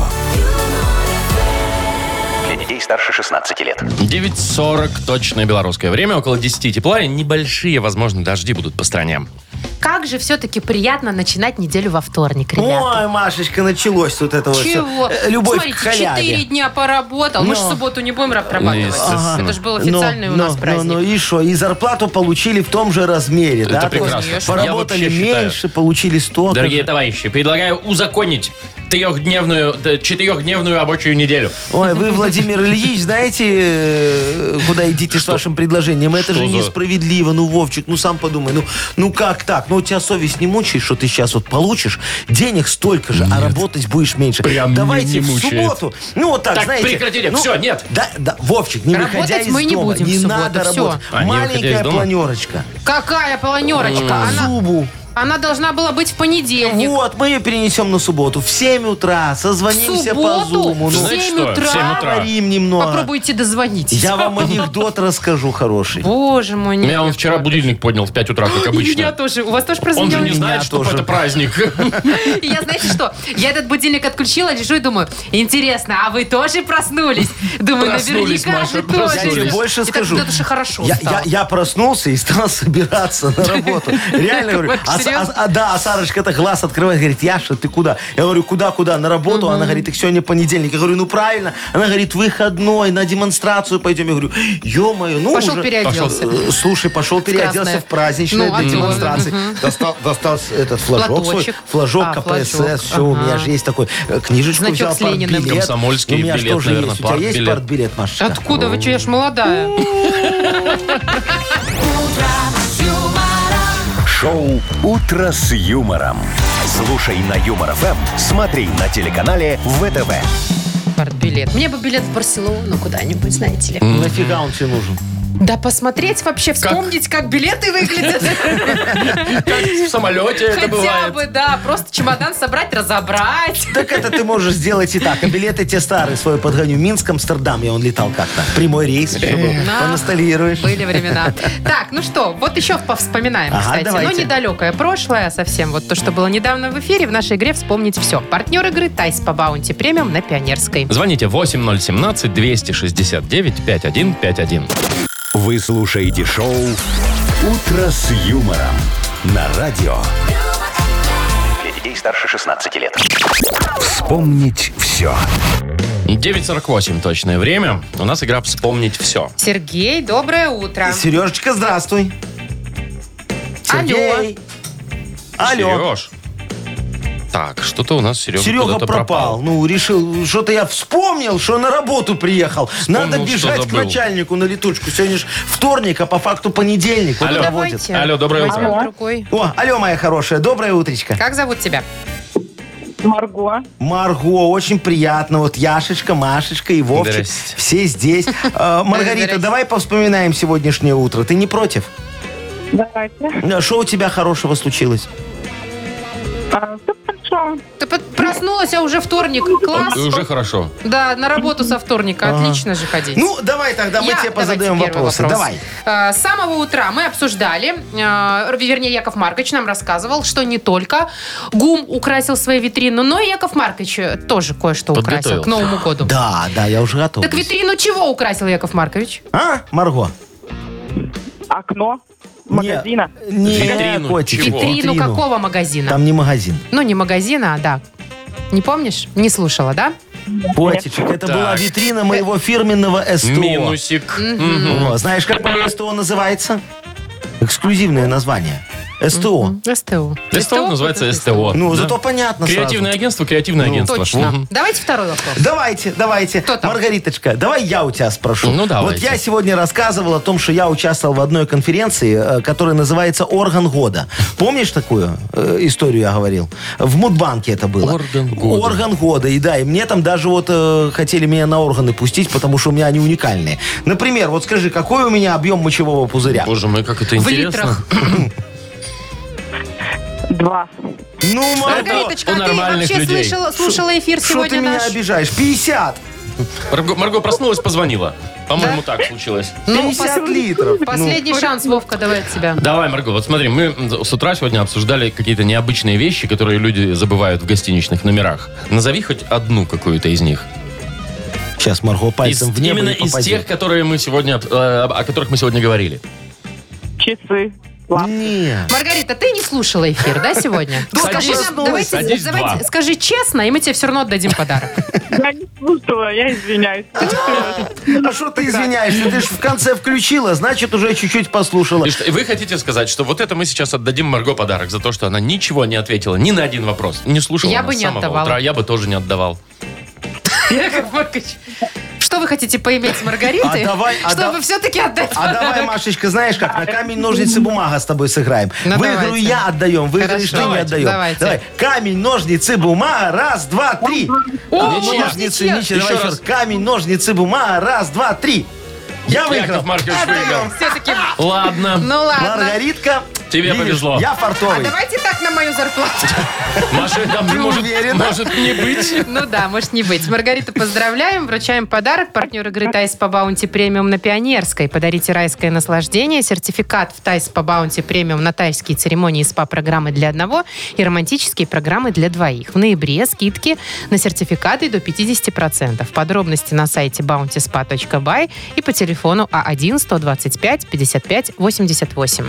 Для детей старше шестнадцати лет. девять сорок точное белорусское время. Около десяти тепла. И небольшие, возможно, дожди будут по стране. Как же все-таки приятно начинать неделю во вторник, ребята. Ой, Машечка, началось тут это вот Чего? всё. Э, Любовь Смотрите, к халяве. четыре дня поработал. Мы же в Но. субботу не будем отрабатывать. Естественно. Это же был официальный Но, у нас но, праздник. но, но и что? И зарплату получили в том же размере, да? Это То есть прекрасно. Конечно. Я Поработали вообще считаю, меньше, получили столько. Дорогие же. товарищи, предлагаю узаконить трехдневную, да, четырехдневную рабочую неделю. Ой, вы, Владимир Ильич, знаете, э, куда идите с вашим предложением? Это Что же за- несправедливо. Ну, Вовчик, ну сам подумай. Ну, ну как так? Ну, у тебя совесть не мучает, что ты сейчас вот получишь денег столько же, а работать будешь меньше. Прям Давайте не в мучает. субботу. Ну, вот так, Так, знаете. прекратили. ну, Всё, нет. Да, да, Вовчик, не Работать выходя из мы не дома. будем в Не субботу, надо всё. работать. А, не выходя из Маленькая дома? планерочка. Какая планерочка? К Она, зубу. она должна была быть в понедельник. Вот, мы ее перенесем на субботу в семь утра. Созвонимся В по субботу? зуму. В Ну, Знаете семь что? утра? В семь утра. поговорим немного. Попробуйте дозвонитесь. Я вам анекдот расскажу хороший. Боже мой, нет. Я вам вчера будильник поднял в пять утра, как И меня обычно. тоже. У вас тоже Он прозвонил? же не знает, Меня что тоже. это праздник. И я, знаете что, я этот будильник отключила, лежу и думаю, интересно, а вы тоже проснулись? Думаю, Проснулись, наверняка Маша, же тоже. Я тебе больше И так скажу. это же хорошо Я, стало. я- я проснулся и стал собираться на работу. Реально говорю. А, С- Серьезно? а- а- да, а Сарочка так глаз открывает, говорит, Яша, ты куда? Я говорю, куда-куда? На работу? Она говорит, так сегодня понедельник. Я говорю, ну правильно. Она говорит, выходной, на демонстрацию пойдем. Я говорю, ё-моё, ну Пошел уже... переоделся. Э, Слушай, пошел переоделся красное. в праздничное Ну, а для то, демонстрации. Достал, достал с- этот флажок свой, Платочек. флажок А, КПСС, флажок. все, у меня Ага. же есть такой. э, Книжечку Значок взял, с Лениным. партбилет. Комсомольский У меня билет, что же наверное, есть? У тебя есть партбилет. партбилет, Машечка? Откуда? Вы что, я ж молодая. Шоу «Утро с юмором». Слушай на Юмор ФМ, смотри на телеканале ВТВ. Билет. Мне бы билет в Барселону куда-нибудь, знаете ли. Нафига он тебе нужен? Да посмотреть вообще, вспомнить, как билеты выглядят. Как в самолете это Хотя бывает. бы, да, просто чемодан собрать, разобрать. Так это ты можешь сделать и так. А билеты те старые свой подгоню. Минск, Амстердам, я он летал как-то. Прямой рейс еще был. Да. Поностальгируешь. Были времена. Так, ну что, вот еще повспоминаем, Ага, кстати. давайте. Но недалекое прошлое совсем. Вот то, что было недавно в эфире, в нашей игре «Вспомнить все». Партнер игры «Тайс по баунти премиум» на Пионерской. Звоните восемь ноль семнадцать двести шестьдесят девять пятьдесят один пятьдесят один. Вы слушаете шоу «Утро с юмором» на радио. Для детей старше шестнадцати лет. Вспомнить все. девять сорок восемь точное время. У нас игра «Вспомнить все». Сергей, доброе утро. Сережечка, здравствуй. Алло. Сергей. Алло. Сереж. Так, что-то у нас Серега, Серега куда-то пропал. пропал. Ну, решил, что-то я вспомнил, что на работу приехал. Надо что бежать к забыл. начальнику на летучку. Сегодня же вторник, а по факту понедельник. Вот Алло. проводят. Давайте. Алло, доброе утро. Возьмем другой. О, алло, моя хорошая, доброе утречко. Как зовут тебя? Марго. Марго, очень приятно. Вот Яшечка, Машечка и Вовчик. Здрасте. Все здесь. Э, Маргарита, Здрасте. давай повспоминаем сегодняшнее утро. Ты не против? Давайте. Э, Что у тебя хорошего случилось? А, все хорошо. Ты под- проснулась, а уже вторник. Класс. Уже хорошо. Да, на работу со вторника. Отлично же ходить. Ну, давай тогда мы Я- тебе давайте позадаем первый вопросы. вопрос. Давай. Э, С самого утра мы обсуждали, э, вернее, Яков Маркович нам рассказывал, что не только ГУМ украсил свои витрины, но и Яков Маркович э, тоже кое-что украсил Подготовился. к Новому году. Да, да, я уже готов. Так витрину чего украсил Яков Маркович? А, Марго? Окно магазина. Не, Витрину котик, чего? Витрину какого магазина? Там не магазин. Ну, не магазина, а да. Не помнишь? Не слушала, да? Котичек, это Так. была витрина моего фирменного СТО. Минусик. Мгм. О, знаешь, как мое СТО называется? Эксклюзивное название. СТО. СТО. СТО называется СТО. Ну, Да. зато понятно Креативное сразу. агентство, креативное агентство. Точно. Мгм. Давайте второй вопрос. Давайте, давайте. Кто там? Маргариточка, давай я у тебя спрошу. Ну, Вот давайте. я сегодня рассказывал о том, что я участвовал в одной конференции, э, которая называется «Орган года». Помнишь такую э, историю я говорил? В Мудбанке это было. Орган года. Орган года. И да, и мне там даже вот э, хотели меня на органы пустить, потому что у меня они уникальные. Например, вот скажи, какой у меня объем мочевого пузыря? Боже мой, как это В интересно. литрах. Два. Ну, Марго, Маргариточка, у а ты нормальных вообще людей. слышала, слушала эфир что ты сегодня меня наш? обижаешь? пятьдесят. Марго, Марго проснулась, позвонила. По-моему, так случилось. Ну, пятьдесят пос- литров. Последний шанс, Вовка, давай от тебя. Давай, Марго, вот смотри, мы с утра сегодня обсуждали какие-то необычные вещи, которые люди забывают в гостиничных номерах. Назови хоть одну какую-то из них. Сейчас Марго Из- пальцем в небо именно и из попадет. тех, которые мы сегодня, э, о которых мы сегодня говорили. Часы. Лампы. Не. Маргарита, ты не слушала эфир, да, сегодня? Ну, Скажи садись, нам, давайте, садись, давайте, два. скажи честно, и мы тебе все равно отдадим подарок. Я не слушала, я извиняюсь. А что ты извиняешься? Ты же в конце включила, значит, уже чуть-чуть послушала. И что, и вы хотите сказать, что вот это мы сейчас отдадим Марго подарок за то, что она ничего не ответила ни на один вопрос, не слушала Я нас бы с не самого отдавала. утра, я бы тоже не отдавал. Яков Маркович, что вы хотите поиметь с Маргаритой, А давай, а чтобы да- все-таки отдать А давай, подарок? Машечка, знаешь как, на камень, ножницы, бумага с тобой сыграем. Ну, Выиграю давайте. я, отдаем, выиграешь Хорошо. ты, не Давайте, отдаем. давайте. Давай, камень, ножницы, бумага, раз, два, три. О, Ножницы, ничья. ничья, Еще давай еще раз. раз. Камень, ножницы, бумага, раз, два, три. Я выиграл. Яков Маркович выиграл. Все-таки, Ладно, ну ладно. Маргаритка, Тебе видишь, повезло. Я А фартовый. давайте так на мою зарплату. Маша, там Ты может, уверена? может не быть. Ну да, может не быть. Маргарита, поздравляем. Вручаем подарок. Партнер игры «Тайс по баунти премиум» на Пионерской. Подарите райское наслаждение. Сертификат в «Тайс по баунти премиум» на тайские церемонии и СПА-программы для одного и романтические программы для двоих. В ноябре скидки на сертификаты до пятьдесят процентов. Подробности на сайте баунти спа точка бай и по телефону А один сто двадцать пять пятьдесят пять восемьдесят восемь.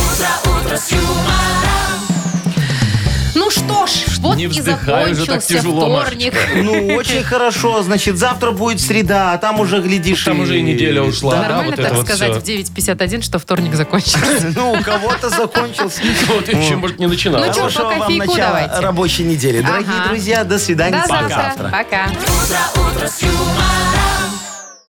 Ну что ж, вот Не и вздыхай уже так закончился тяжело, вторник. Ну, очень хорошо. Значит, завтра будет среда, а там уже, глядишь... Там уже и неделя ушла. Да, Нормально вот это так вот сказать всё. в девять пятьдесят один, что вторник закончился. Ну, у кого-то закончился. Вот еще, может, не начинал. Ну чё, Хорошего по вам кофейку начала давайте. рабочей недели. Дорогие Ага. друзья, до свидания. До Пока. завтра. Пока. Утро, утро с юмором.